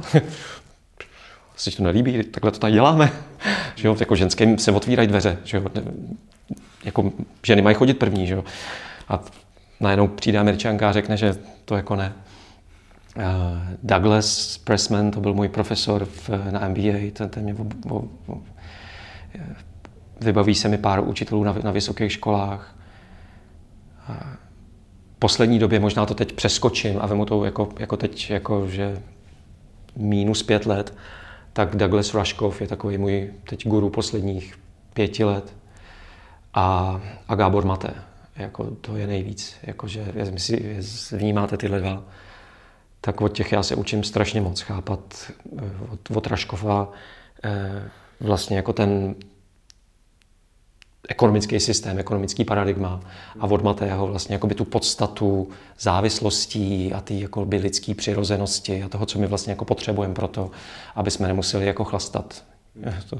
se to nelíbí, takhle to tady děláme. Že jo, jako ženským se otvírají dveře, že jo, jako ženy mají chodit první, že jo. A najednou přijde Američanka a řekne, že to jako ne. Uh, Douglas Pressman, to byl můj profesor v, na M B A, ten, ten mě o, o, o, vybaví se mi pár učitelů na, na vysokých školách. Uh, poslední době možná to teď přeskočím a vemu to jako, jako teď, jako, že mínus pět let, tak Douglas Rushkoff je takový můj teď guru posledních pěti let. A, a Gábor Mate, jako to je nejvíc, jakože jestli vnímáte tyhle dva, tak od těch já se učím strašně moc chápat od, od Rushkoffa vlastně jako ten ekonomický systém, ekonomický paradigma a od Matého vlastně jakoby tu podstatu závislostí a ty jakoby lidský přirozenosti a toho, co my vlastně jako potřebujeme pro to, aby jsme nemuseli jako chlastat. To...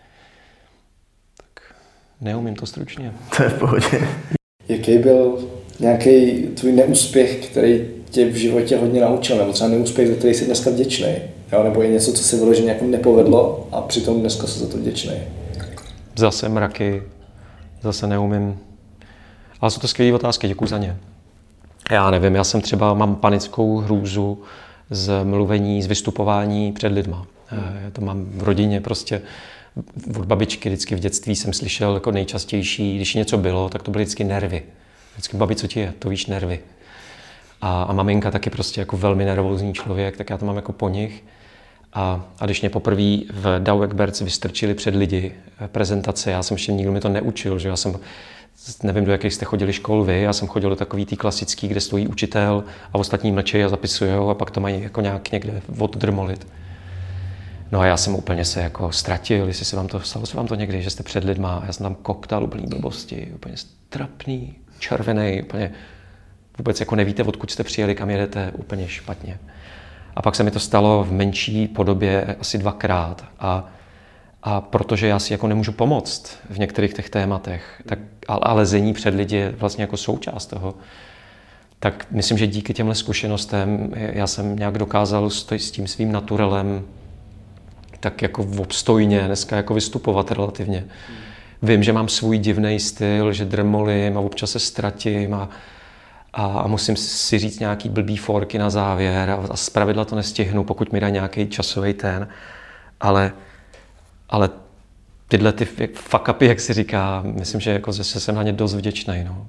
Tak neumím to stručně. To je v pohodě. Jaký byl nějaký tvůj neúspěch, který tě v životě hodně naučil, nebo třeba neúspěch, za který jsi dneska vděčný? Jo? Nebo je něco, co se vyloženě jako nepovedlo a přitom dneska jsi za to vděčný? Zase mraky, zase neumím. Ale jsou to skvělé otázky, děkuji za ně. Já nevím, já jsem třeba, mám panickou hrůzu z mluvení, z vystupování před lidma. Já to mám v rodině prostě. Od babičky vždycky v dětství jsem slyšel jako nejčastější, když něco bylo, tak to byly vždycky nervy. Vždycky, babi, co ti je? To víš, nervy. A, a maminka taky prostě jako velmi nervózní člověk, tak já to mám jako po nich. A, a když mě poprvé v Dow Egberts vystrčili před lidi prezentace, já jsem ještě nikdo mi to neučil, že já jsem, nevím, do jakých jste chodili škol vy, já jsem chodil do takový tý klasický, kde stojí učitel a ostatní mlčejí a zapisujou a pak to mají jako nějak někde oddrmolit. No a já jsem úplně se jako ztratil, jestli se vám to, stalo se vám to někdy, že jste před lidma, já jsem tam koktal úplný blbosti, úplně strapný, červený, úplně vůbec jako nevíte, odkud jste přijeli, kam jedete, úplně špatně. A pak se mi to stalo v menší podobě asi dvakrát a, a protože já si jako nemůžu pomoct v některých těch tématech, tak, a lezení před lidi je vlastně jako součást toho, tak myslím, že díky těmhle zkušenostem já jsem nějak dokázal s tím svým naturelem tak jako obstojně dneska jako vystupovat relativně. Vím, že mám svůj divný styl, že drmolím a občas se ztratím a, a, a musím si říct nějaký blbý forky na závěr a, a zpravidla to nestihnu, pokud mi dá nějaký časový ten. Ale, ale tyhle ty fuck upy, jak si říká, myslím, že jako zase jsem na ně dost vděčný. No.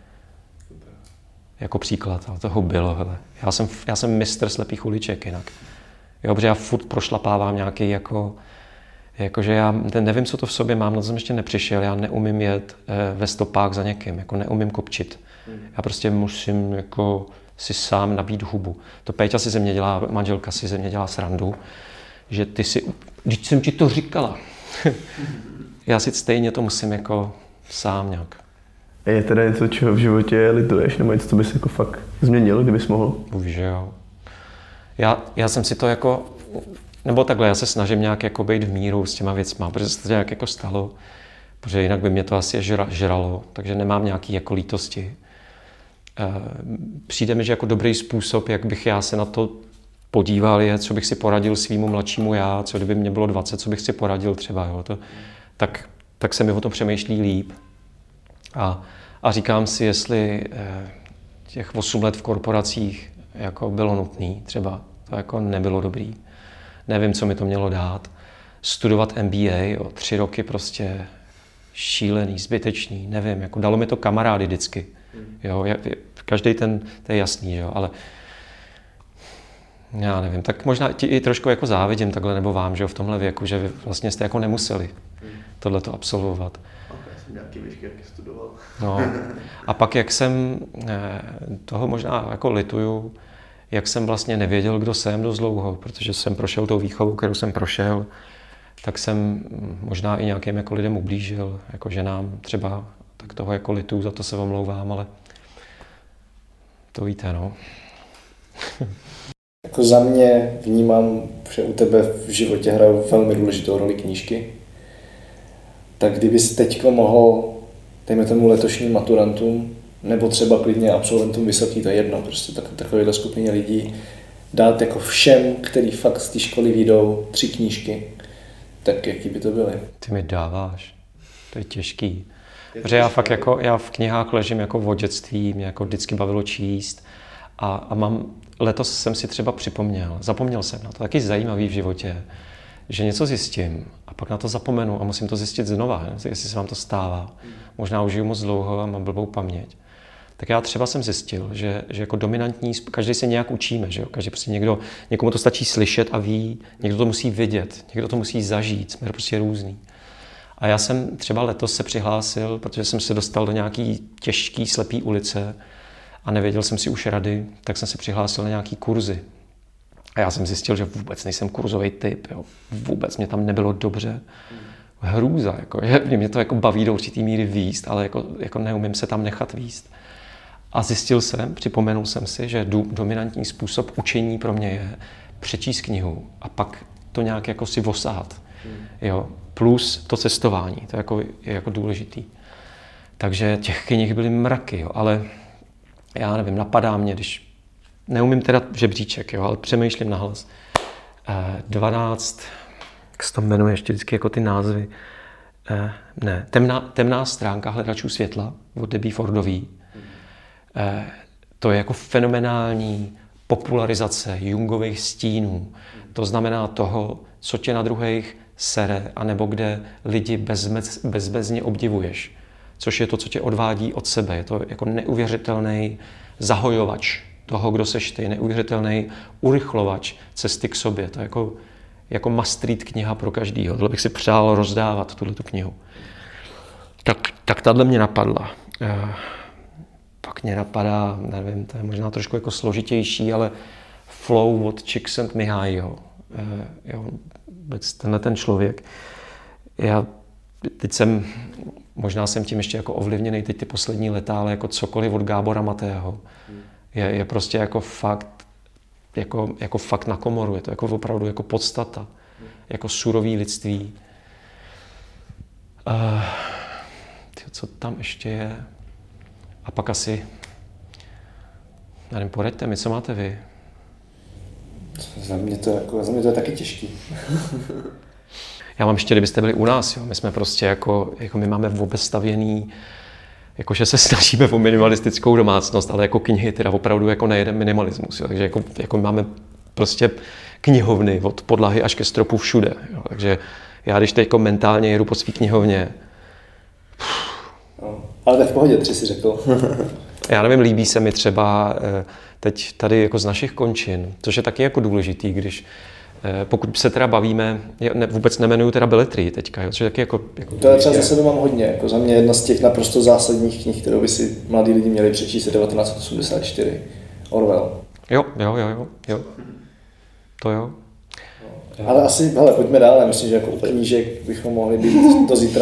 Jako příklad, ale toho bylo. Hele. Já jsem, já jsem mistr slepých uliček jinak. Jo, protože já furt prošlapávám nějaký jako, jakože já nevím, co to v sobě mám, na to jsem ještě nepřišel, já neumím jet ve stopách za někým, jako neumím kopčit. Já prostě musím jako si sám nabít hubu. To Péťa si ze mě dělá, manželka si ze mě dělá srandu, že ty si, když jsem ti to říkala, já si stejně to musím jako sám nějak. Je teda něco, čeho v životě lituješ, nebo něco, co bys jako fakt změnil, kdybys mohl? Už jo. Já, já jsem si to jako, nebo takhle, já se snažím nějak jako být v míru s těma věcma, protože se to nějak jako stalo, protože jinak by mě to asi žra, žralo, takže nemám nějaký jako lítosti. Přijde mi, že jako dobrý způsob, jak bych já se na to podíval, je, co bych si poradil svýmu mladšímu já, co kdyby mě bylo dvacet, co bych si poradil třeba, jo, to, tak, tak se mi o tom přemýšlí líp. A, a říkám si, jestli eh, těch osm let v korporacích jako bylo nutné, třeba to jako nebylo dobrý. Nevím, co mi to mělo dát. Studovat M B A, jo, tři roky prostě šílený, zbytečný, nevím, jako dalo mi to kamarády vždycky. Jo, každý ten, to je jasný, jo, ale já nevím, tak možná ti i trošku jako závidím takhle, nebo vám, že jo, v tomhle věku, že vy vlastně jste jako nemuseli tohleto absolvovat. Nějaký výšky, studoval. No. A pak, jak jsem toho možná jako lituju, jak jsem vlastně nevěděl, kdo jsem dost dlouho, protože jsem prošel tou výchovou, kterou jsem prošel, tak jsem možná i nějakým jako lidem ublížil, jako ženám třeba, tak toho jako lituju, za to se omlouvám, ale to víte, no. Jako za mě vnímám, že u tebe v životě hrajou velmi důležitou roli knížky. Tak kdybys teďko mohl, dejme tomu letošním maturantům, nebo třeba klidně absolventům vysoký, to je jedno, prostě tak, takovéhle skupině lidí, dát jako všem, který fakt z té školy vyjdou, tři knížky, tak jaký by to byly? Ty mi dáváš, to je těžký. Protože já fakt jako, já v knihách ležím jako v dětství, mě jako vždycky bavilo číst a, a mám, letos jsem si třeba připomněl, zapomněl jsem na to, taky zajímavý v životě, že něco zjistím a pak na to zapomenu a musím to zjistit znova, jestli se vám to stává. Možná už žiju moc dlouho a mám blbou paměť. Tak já třeba jsem zjistil, že, že jako dominantní, každý se nějak učíme, že jo? Každý prostě někdo, někomu to stačí slyšet a ví, někdo to musí vidět, někdo to musí zažít, jsme prostě různý. A já jsem třeba letos se přihlásil, protože jsem se dostal do nějaký těžký, slepý ulice a nevěděl jsem si už rady, tak jsem se přihlásil na nějaký kurzy. A já jsem zjistil, že vůbec nejsem kurzový typ, jo. Vůbec mě tam nebylo dobře. Hrůza, jako, že mě to jako baví do určitý míry výst, ale jako, jako neumím se tam nechat výst. A zjistil jsem, připomenul jsem si, že dominantní způsob učení pro mě je přečíst knihu a pak to nějak jako si osát. Jo. Plus to cestování, to je jako, je jako důležitý. Takže těch knih byly mraky, jo, ale já nevím, napadá mě, když neumím teda žebříček, jo, ale přemýšlím nahlas. Eh, dvanáct, jak se to jmenuje ještě vždycky jako ty názvy. Eh, ne, temná, temná stránka hledačů světla od Debbie Fordový. Eh, to je jako fenomenální popularizace Jungových stínů. To znamená toho, co tě na druhých sere, anebo kde lidi bezmez, bezmezně obdivuješ. Což je to, co tě odvádí od sebe. Je to jako neuvěřitelný zahojovač toho, kdo seš ty, neuvěřitelný urychlovač cesty k sobě. To je jako, jako must read kniha pro každýho. Tohle bych si přál rozdávat, tuhletu knihu. Tak, tak tahle mě napadla. Uh, pak mě napadá, nevím, to je možná trošku jako složitější, ale Flow od Csikszentmihalyiho. Uh, jo, tenhle ten člověk. Já teď jsem, možná jsem tím ještě jako ovlivněný teď ty poslední leta, ale jako cokoliv od Gábora Matého. Je, je prostě jako fakt, jako, jako fakt na komoru, je to jako opravdu jako podstata, jako surový lidství. Uh, tyjo, co tam ještě je? A pak asi, nevím, poraďte mi, co máte vy? Za mě to, jako, za mě to je taky těžký. Já mám ještě, kdybyste byli u nás, jo, my jsme prostě jako, jako my máme obestavěný, jakože se snažíme o minimalistickou domácnost, ale jako knihy teda opravdu jako nejeden minimalismus. Jo. Takže jako, jako máme prostě knihovny od podlahy až ke stropu všude. Jo. Takže já když teď jako mentálně jedu po svý knihovně. No, ale tak v pohodě, tři si řekl. Já nevím, líbí se mi třeba teď tady jako z našich končin, což je taky jako důležitý, když pokud se teda bavíme, já ne, vůbec nemenuju teda beletrii teďka, jo, což je taky jako... jako to je třeba za sebe mám hodně, jako za mě jedna z těch naprosto zásadních knih, kterou by si mladí lidi měli přečíst, je devatenáct set osmdesát čtyři Orwell. Jo, jo, jo, jo, jo. To jo. Ale asi, hele, pojďme dál, myslím, že jako u knížek bychom mohli být do zítra.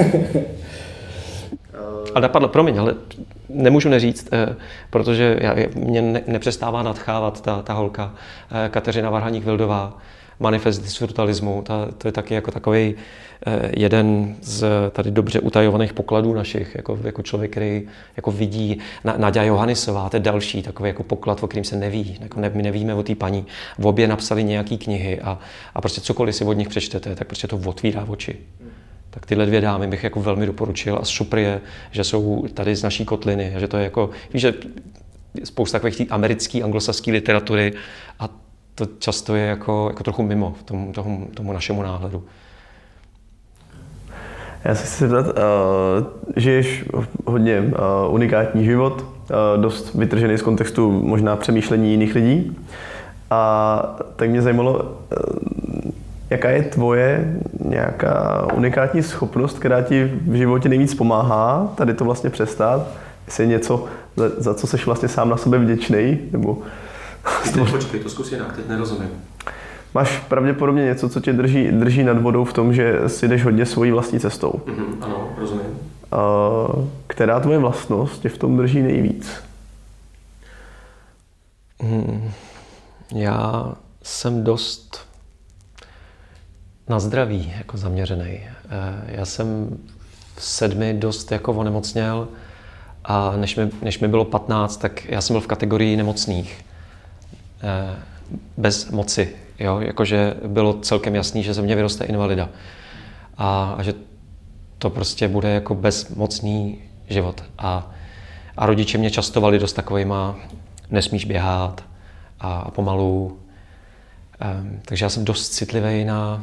Ale napadlo, promiň, ale nemůžu neříct, protože já, mě ne, nepřestává nadchávat ta, ta holka Kateřina Varhaník-Vildová, Manifest disfrutalismu, ta, to je taky jako takový jeden z tady dobře utajovaných pokladů našich, jako, jako člověk, který jako vidí, Naďa Johannisová, to je další takový jako poklad, o kterým se neví, jako ne, my nevíme o té paní. V obě napsali nějaké knihy a, a prostě cokoliv si od nich přečtete, tak prostě to otvírá oči. Tak tyhle dvě dámy bych jako velmi doporučil a super je, že jsou tady z naší kotliny, že to je jako, víš, že spousta takových tý americký, anglosaský literatury a to často je jako, jako trochu mimo tomu, tomu, tomu našemu náhledu. Já se chci zeptat, uh, žiješ hodně uh, unikátní život, uh, dost vytržený z kontextu možná přemýšlení jiných lidí. A tak mě zajímalo, uh, jaká je tvoje nějaká unikátní schopnost, která ti v životě nejvíc pomáhá tady to vlastně přestát? Jestli je něco, za, za co seš vlastně sám na sebe vděčnej? Nebo... Počkej, to zkus jinak, teď nerozumím. Máš pravděpodobně něco, co tě drží, drží nad vodou v tom, že si jdeš hodně svojí vlastní cestou. Mm-hmm, ano, rozumím. Uh, která tvoje vlastnost tě v tom drží nejvíc? Hmm, já jsem dost na zdraví jako zaměřený. Já jsem v sedmi dost jako onemocněl a než mi, než mi bylo patnáct, tak já jsem byl v kategorii nemocných. Bez moci, jo? Jakože bylo celkem jasný, že ze mě vyroste invalida a, a že to prostě bude jako bezmocný život. A, a rodiče mě častovali dost takovejma, nesmíš běhat a, a pomalu. Um, takže já jsem dost citlivý na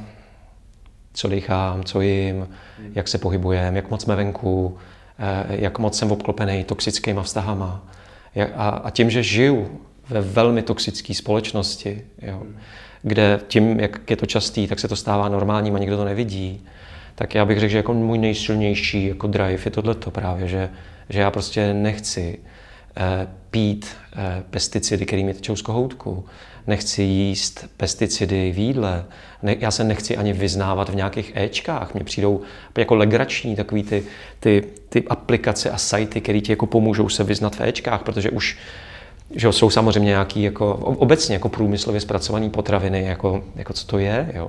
co dýchám, co jím, jak se pohybujeme, jak moc jsme venku, jak moc jsem obklopený toxickýma vztahama. A, a tím, že žiju ve velmi toxické společnosti, jo, kde tím, jak je to častý, tak se to stává normálním a nikdo to nevidí, tak já bych řekl, že jako můj nejsilnější jako drive je tohleto právě, že, že já prostě nechci eh, pít eh, pesticidy, které mi tečou z kohoutku, nechci jíst pesticidy v jídle, ne, já se nechci ani vyznávat v nějakých éčkách, mně přijdou jako legrační takový ty, ty, ty aplikace a sajty, které ti jako pomůžou se vyznat v éčkách, protože už že jsou samozřejmě nějaký jako, obecně jako průmyslově zpracované potraviny, jako, jako co to je, jo,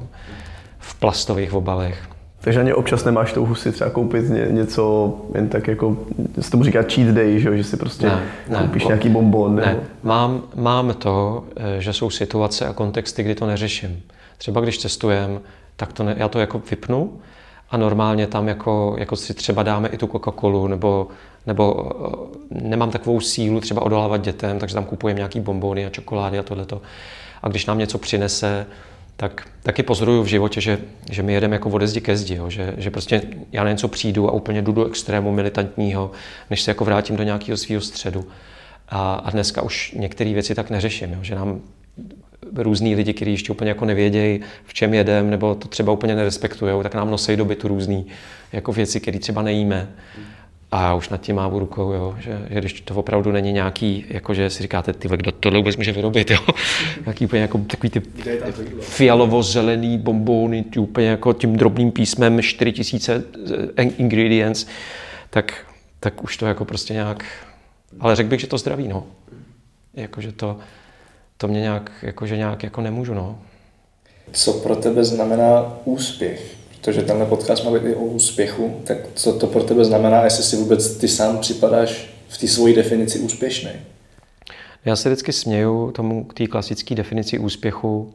v plastových obalech. Takže ani občas nemáš touhu si třeba koupit ně, něco jen tak jako, se tomu říká cheat day, že, že si prostě ne, ne, koupíš ne, nějaký bonbon? Nebo... Ne, mám, mám to, že jsou situace a kontexty, kdy to neřeším. Třeba když cestujem, tak to ne, já to jako vypnu a normálně tam jako, jako si třeba dáme i tu Coca-Colu, nebo, nebo nemám takovou sílu třeba odolávat dětem, takže tam kupujeme nějaký bonbony a čokolády a tohleto. A když nám něco přinese, tak taky pozoruju v životě, že, že my jedeme jako ode zdi ke zdi, jo, že, že prostě já na něco přijdu a úplně jdu do extrému militantního, než se jako vrátím do nějakého svého středu. A, a dneska už některé věci tak neřeším, jo, že nám různý lidi, kteří ještě úplně jako nevědějí, v čem jedem, nebo to třeba úplně nerespektujou, tak nám nosí do bytu různý jako věci, které třeba nejíme. A já už nad tím mávu rukou, jo, že, že když to opravdu není nějaký, jakože si říkáte, ty kdo tohle vůbec může vyrobit, jo? Nějaký úplně jako takový ty fialovo-zelený bonbony, úplně jako tím drobným písmem čtyři tisíce ingredients, tak, tak už to jako prostě nějak, ale řekl bych, že to zdraví, no. Jakože to, to mě nějak, jakože nějak jako nemůžu, no. Co pro tebe znamená úspěch? Protože tenhle podcast má být i o úspěchu, tak co to pro tebe znamená, jestli si vůbec ty sám připadáš v té svojí definici úspěšný? Já se vždycky směju tomu k té klasické definici úspěchu.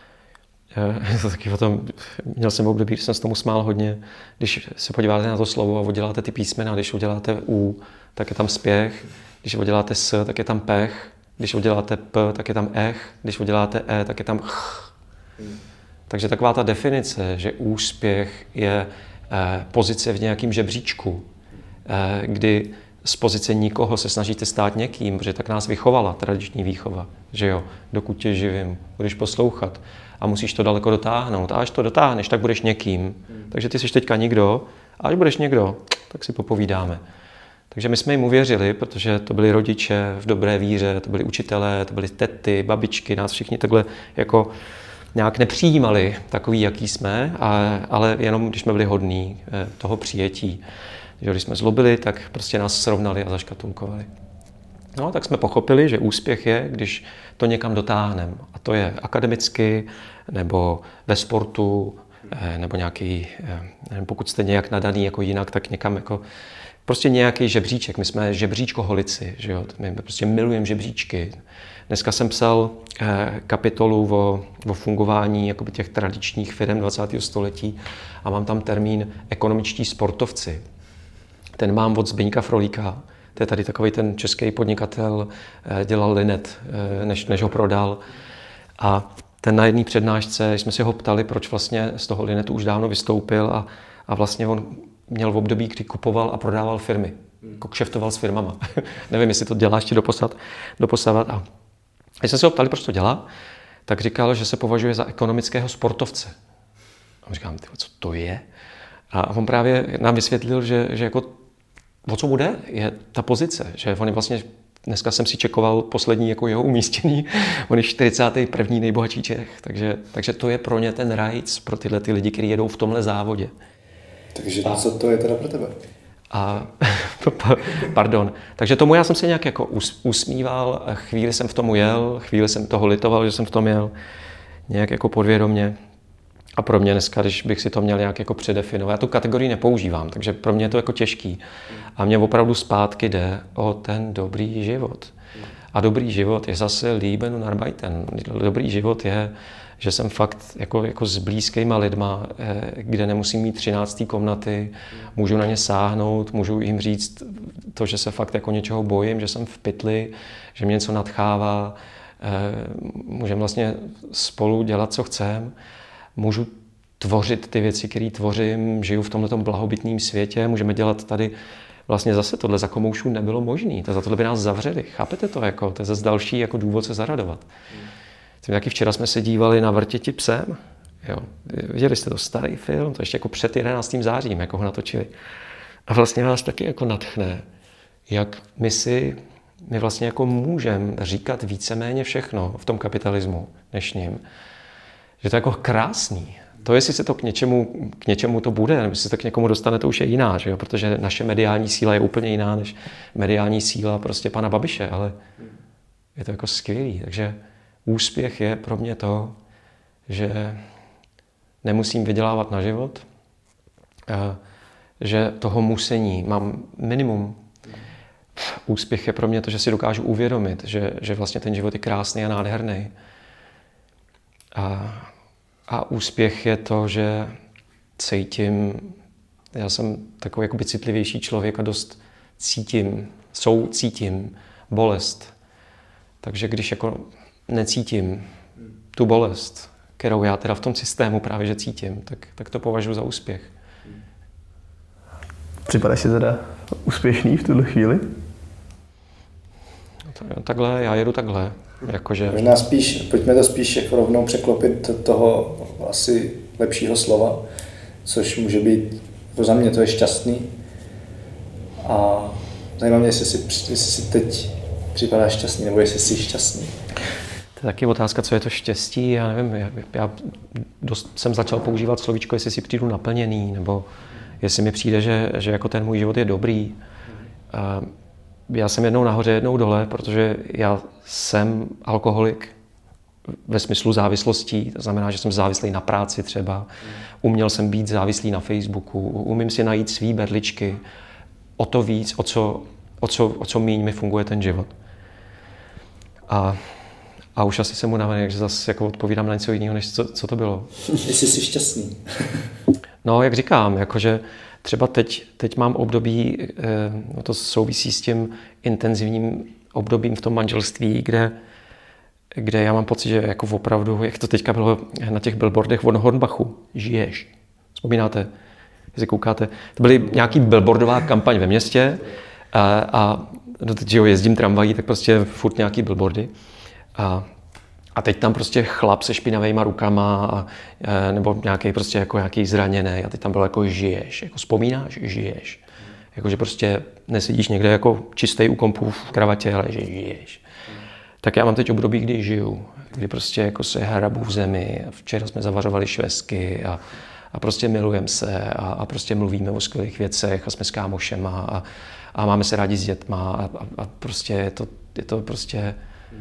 To taky potom, měl jsem období, že jsem se tomu smál hodně. Když se podíváte na to slovo a uděláte ty písmena, když uděláte U, tak je tam spěch, když uděláte S, tak je tam pech, když uděláte P, tak je tam ech, když uděláte E, tak je tam ch. Hmm. Takže taková ta definice, že úspěch je eh, pozice v nějakém žebříčku, eh, kdy z pozice nikoho se snažíte stát někým, protože tak nás vychovala tradiční výchova, že jo, dokud tě živím, budeš poslouchat a musíš to daleko dotáhnout. A až to dotáhneš, tak budeš někým. Hmm. Takže ty jsi teďka nikdo a až budeš někdo, tak si popovídáme. Takže my jsme jim uvěřili, protože to byli rodiče v dobré víře, to byli učitelé, to byly tety, babičky, nás všichni takhle jako nějak nepřijímali takový, jaký jsme, a, ale jenom když jsme byli hodní toho přijetí. Že když jsme zlobili, tak prostě nás srovnali a zaškatulkovali. No, tak jsme pochopili, že úspěch je, když to někam dotáhneme. A to je akademicky, nebo ve sportu, nebo nějaký, nevím, pokud jste nějak nadaný jako jinak, tak někam jako prostě nějaký žebříček. My jsme žebříčkoholici, že jo? My prostě milujeme žebříčky. Dneska jsem psal kapitolu o, o fungování jakoby těch tradičních firem dvacátého století a mám tam termín ekonomičtí sportovci. Ten mám od Zbyňka Frolíka. To je tady takový ten český podnikatel, dělal linet, než, než ho prodal. A ten na jedné přednášce, jsme si ho ptali, proč vlastně z toho linetu už dávno vystoupil a, a vlastně on měl v období, kdy kupoval a prodával firmy. Jako kšeftoval s firmama. Nevím, jestli to dělá ještě doposad, doposavat. A když jsme se ho ptali, proč to dělá, tak říkal, že se považuje za ekonomického sportovce. A říkám, tyjo, co to je? A on právě nám vysvětlil, že, že jako o co mu jde, je ta pozice, že on je vlastně, dneska jsem si čekoval poslední jako jeho umístění, on je čtyřicátý první nejbohatší Čech, takže, takže to je pro ně ten rajc, pro tyhle ty lidi, kteří jedou v tomhle závodě. Takže a, co to je teda pro tebe? A, pardon, takže tomu já jsem se nějak jako usmíval, chvíli jsem v tom jel, chvíli jsem toho litoval, že jsem v tom jel, nějak jako podvědomě. A pro mě dneska, když bych si to měl nějak jako předefinovat, já tu kategorii nepoužívám, takže pro mě je to jako těžký. A mně opravdu zpátky jde o ten dobrý život. A dobrý život je zase Leben und Arbeiten. Dobrý život je, že jsem fakt jako, jako s blízkýma lidma, kde nemusím mít třinácté komnaty, můžu na ně sáhnout, můžu jim říct to, že se fakt jako něčeho bojím, že jsem v pytli, že mě něco nadchává, můžeme vlastně spolu dělat, co chceme. Můžu tvořit ty věci, které tvořím, žiju v tomhletom blahobytným světě, můžeme dělat tady vlastně zase tohle za komoušů nebylo možné, to za tohle by nás zavřeli. Chápete to? Jako, to je zase další jako důvod se zaradovat. Hmm. Taky včera jsme se dívali na Vrtěti psem. Jo. Viděli jste to, starý film, to ještě jako před jedenáctým zářím, jako ho natočili. A vlastně vás taky jako nadchne, jak my si, my vlastně jako můžeme říkat víceméně všechno v tom kapitalismu dnešním. Že to je jako krásný. To, jestli se to k něčemu, k něčemu to bude, nebo jestli se to k někomu dostane, to už je jiná, že jo? Protože naše mediální síla je úplně jiná než mediální síla prostě pana Babiše, ale je to jako skvělý. Takže úspěch je pro mě to, že nemusím vydělávat na život, že toho musení mám minimum. Úspěch je pro mě to, že si dokážu uvědomit, že, že vlastně ten život je krásný a nádherný. A, a úspěch je to, že cítím, já jsem takový jakoby citlivější člověk a dost cítím, soucítím bolest. Takže když jako necítím tu bolest, kterou já teda v tom systému právě že cítím, tak, tak to považuji za úspěch. Připadáš si teda úspěšný v tuhle chvíli? Takhle, já jedu takhle. Jakože... Možná spíš, pojďme to spíš jako rovnou překlopit toho asi lepšího slova, což může být, jako za mě to je šťastný. A zajímá mě, jestli si, jestli si teď připadáš šťastný, nebo jestli jsi šťastný. To je taky otázka, co je to štěstí. Já nevím, já, já dost jsem začal používat slovíčko, jestli si přijdu naplněný, nebo jestli mi přijde, že, že jako ten můj život je dobrý. A já jsem jednou nahoře, jednou dole, protože já jsem alkoholik ve smyslu závislostí, to znamená, že jsem závislý na práci třeba, uměl jsem být závislý na Facebooku, umím si najít svý berličky, o to víc, o co, o co, o co míň mi funguje ten život. A, a už asi jsem unavený, takže zase jako odpovídám na něco jiného, než co, co to bylo. Jestli jsi šťastný. No, jak říkám, jakože třeba teď, teď mám období, no to souvisí s tím intenzivním obdobím v tom manželství, kde, kde já mám pocit, že jako opravdu, jak to teďka bylo na těch billboardech od Hornbachu, žiješ. Vzpomínáte, jestli koukáte, to byly nějaký billboardová kampaň ve městě a, a no teď, že jo, jezdím tramvají, tak prostě furt nějaký billboardy. A, a teď tam prostě chlap se špinavýma rukama a, a, nebo nějaký prostě jako nějaký zraněný a teď tam bylo jako žiješ, jako vzpomínáš, žiješ. Jakože prostě nesedíš někde jako čistý u kompu v kravatě, ale že žiješ. Tak já mám teď období, kdy žiju, kdy prostě jako se hrabu v zemi. Včera jsme zavařovali švestky a, a prostě milujeme se a, a prostě mluvíme o skvělých věcech a jsme s kámošema a, a máme se rádi s dětma a, a, a prostě je to, je to prostě...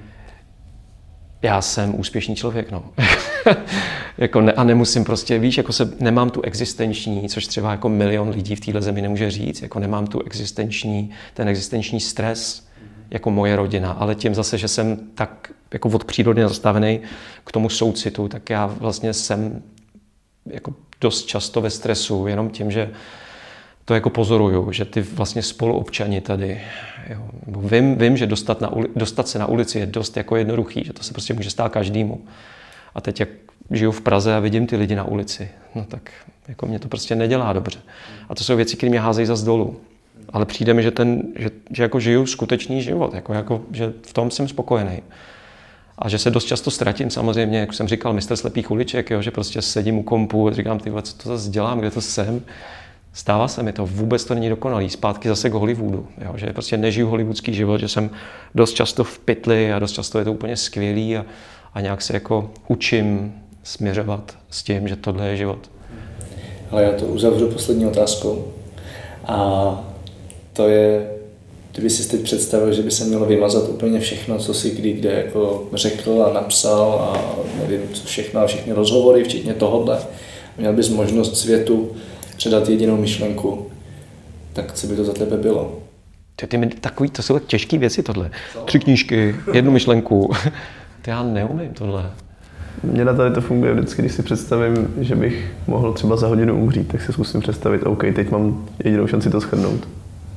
Já jsem úspěšný člověk, no. jako ne, a nemusím prostě, víš, jako se, nemám tu existenční, což třeba jako milion lidí v téhle zemi nemůže říct, jako nemám tu existenční, ten existenční stres, jako moje rodina, ale tím zase, že jsem tak jako od přírody nastavený k tomu soucitu, tak já vlastně jsem jako dost často ve stresu, jenom tím, že to jako pozoruju, že ty vlastně spoluobčani tady, jo, vím, vím, že dostat, na uli, dostat se na ulici je dost jako jednoduchý, že to se prostě může stát každému. A teď jak žiju v Praze a vidím ty lidi na ulici, no tak jako mě to prostě nedělá dobře. A to jsou věci, které mě házejí zas dolů. Ale přijde mi, že, ten, že, že jako žiju skutečný život, jako, jako, že v tom jsem spokojený. A že se dost často ztratím samozřejmě, jak jsem říkal, mistr slepých uliček, jo, že prostě sedím u kompu a říkám, ty vole, co to zase dělám, kde to jsem. Stává se mi to, vůbec to není dokonalý. Zpátky zase k Hollywoodu, jo, že prostě nežiju hollywoodský život, že jsem dost často v pytli a dost často je to úplně skvělý a, a nějak se jako učím směřovat s tím, že tohle je život. Ale já to uzavřu poslední otázkou. A to je, kdyby si teď představil, že by se mělo vymazat úplně všechno, co si kdy kde jako řekl a napsal a nevím co všechno a všechny rozhovory, včetně tohohle. Měl bys možnost světu předat jedinou myšlenku, tak co by to za tebe bylo? Ty, ty, takový, to jsou tak těžké věci tohle. Tři knížky, jednu myšlenku. To já neumím tohle. Mně na tady to funguje vždycky, když si představím, že bych mohl třeba za hodinu umřít, tak si zkusím představit, OK, teď mám jedinou šanci to shrnout.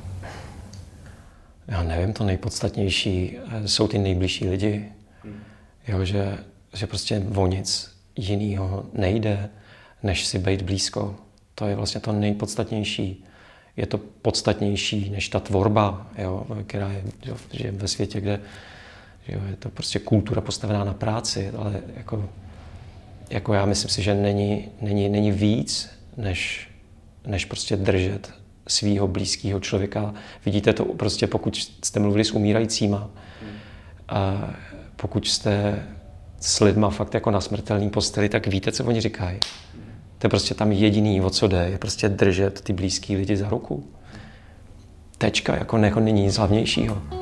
Já nevím, to nejpodstatnější jsou ty nejbližší lidi. Jo, že, že prostě o nic jinýho nejde, než si být blízko. To je vlastně to nejpodstatnější. Je to podstatnější než ta tvorba, jo, která je, jo, že ve světě, kde jo, je to prostě kultura postavená na práci, ale jako, jako já myslím si, že není, není, není víc, než, než prostě držet svýho blízkého člověka. Vidíte to prostě, pokud jste mluvili s umírajícíma, a pokud jste s lidma fakt jako na smrtelný posteli, tak víte, co oni říkají. To je prostě tam jediný, o co jde, je prostě držet ty blízký lidi za ruku. Tečka, jako, jako není nic hlavnějšího.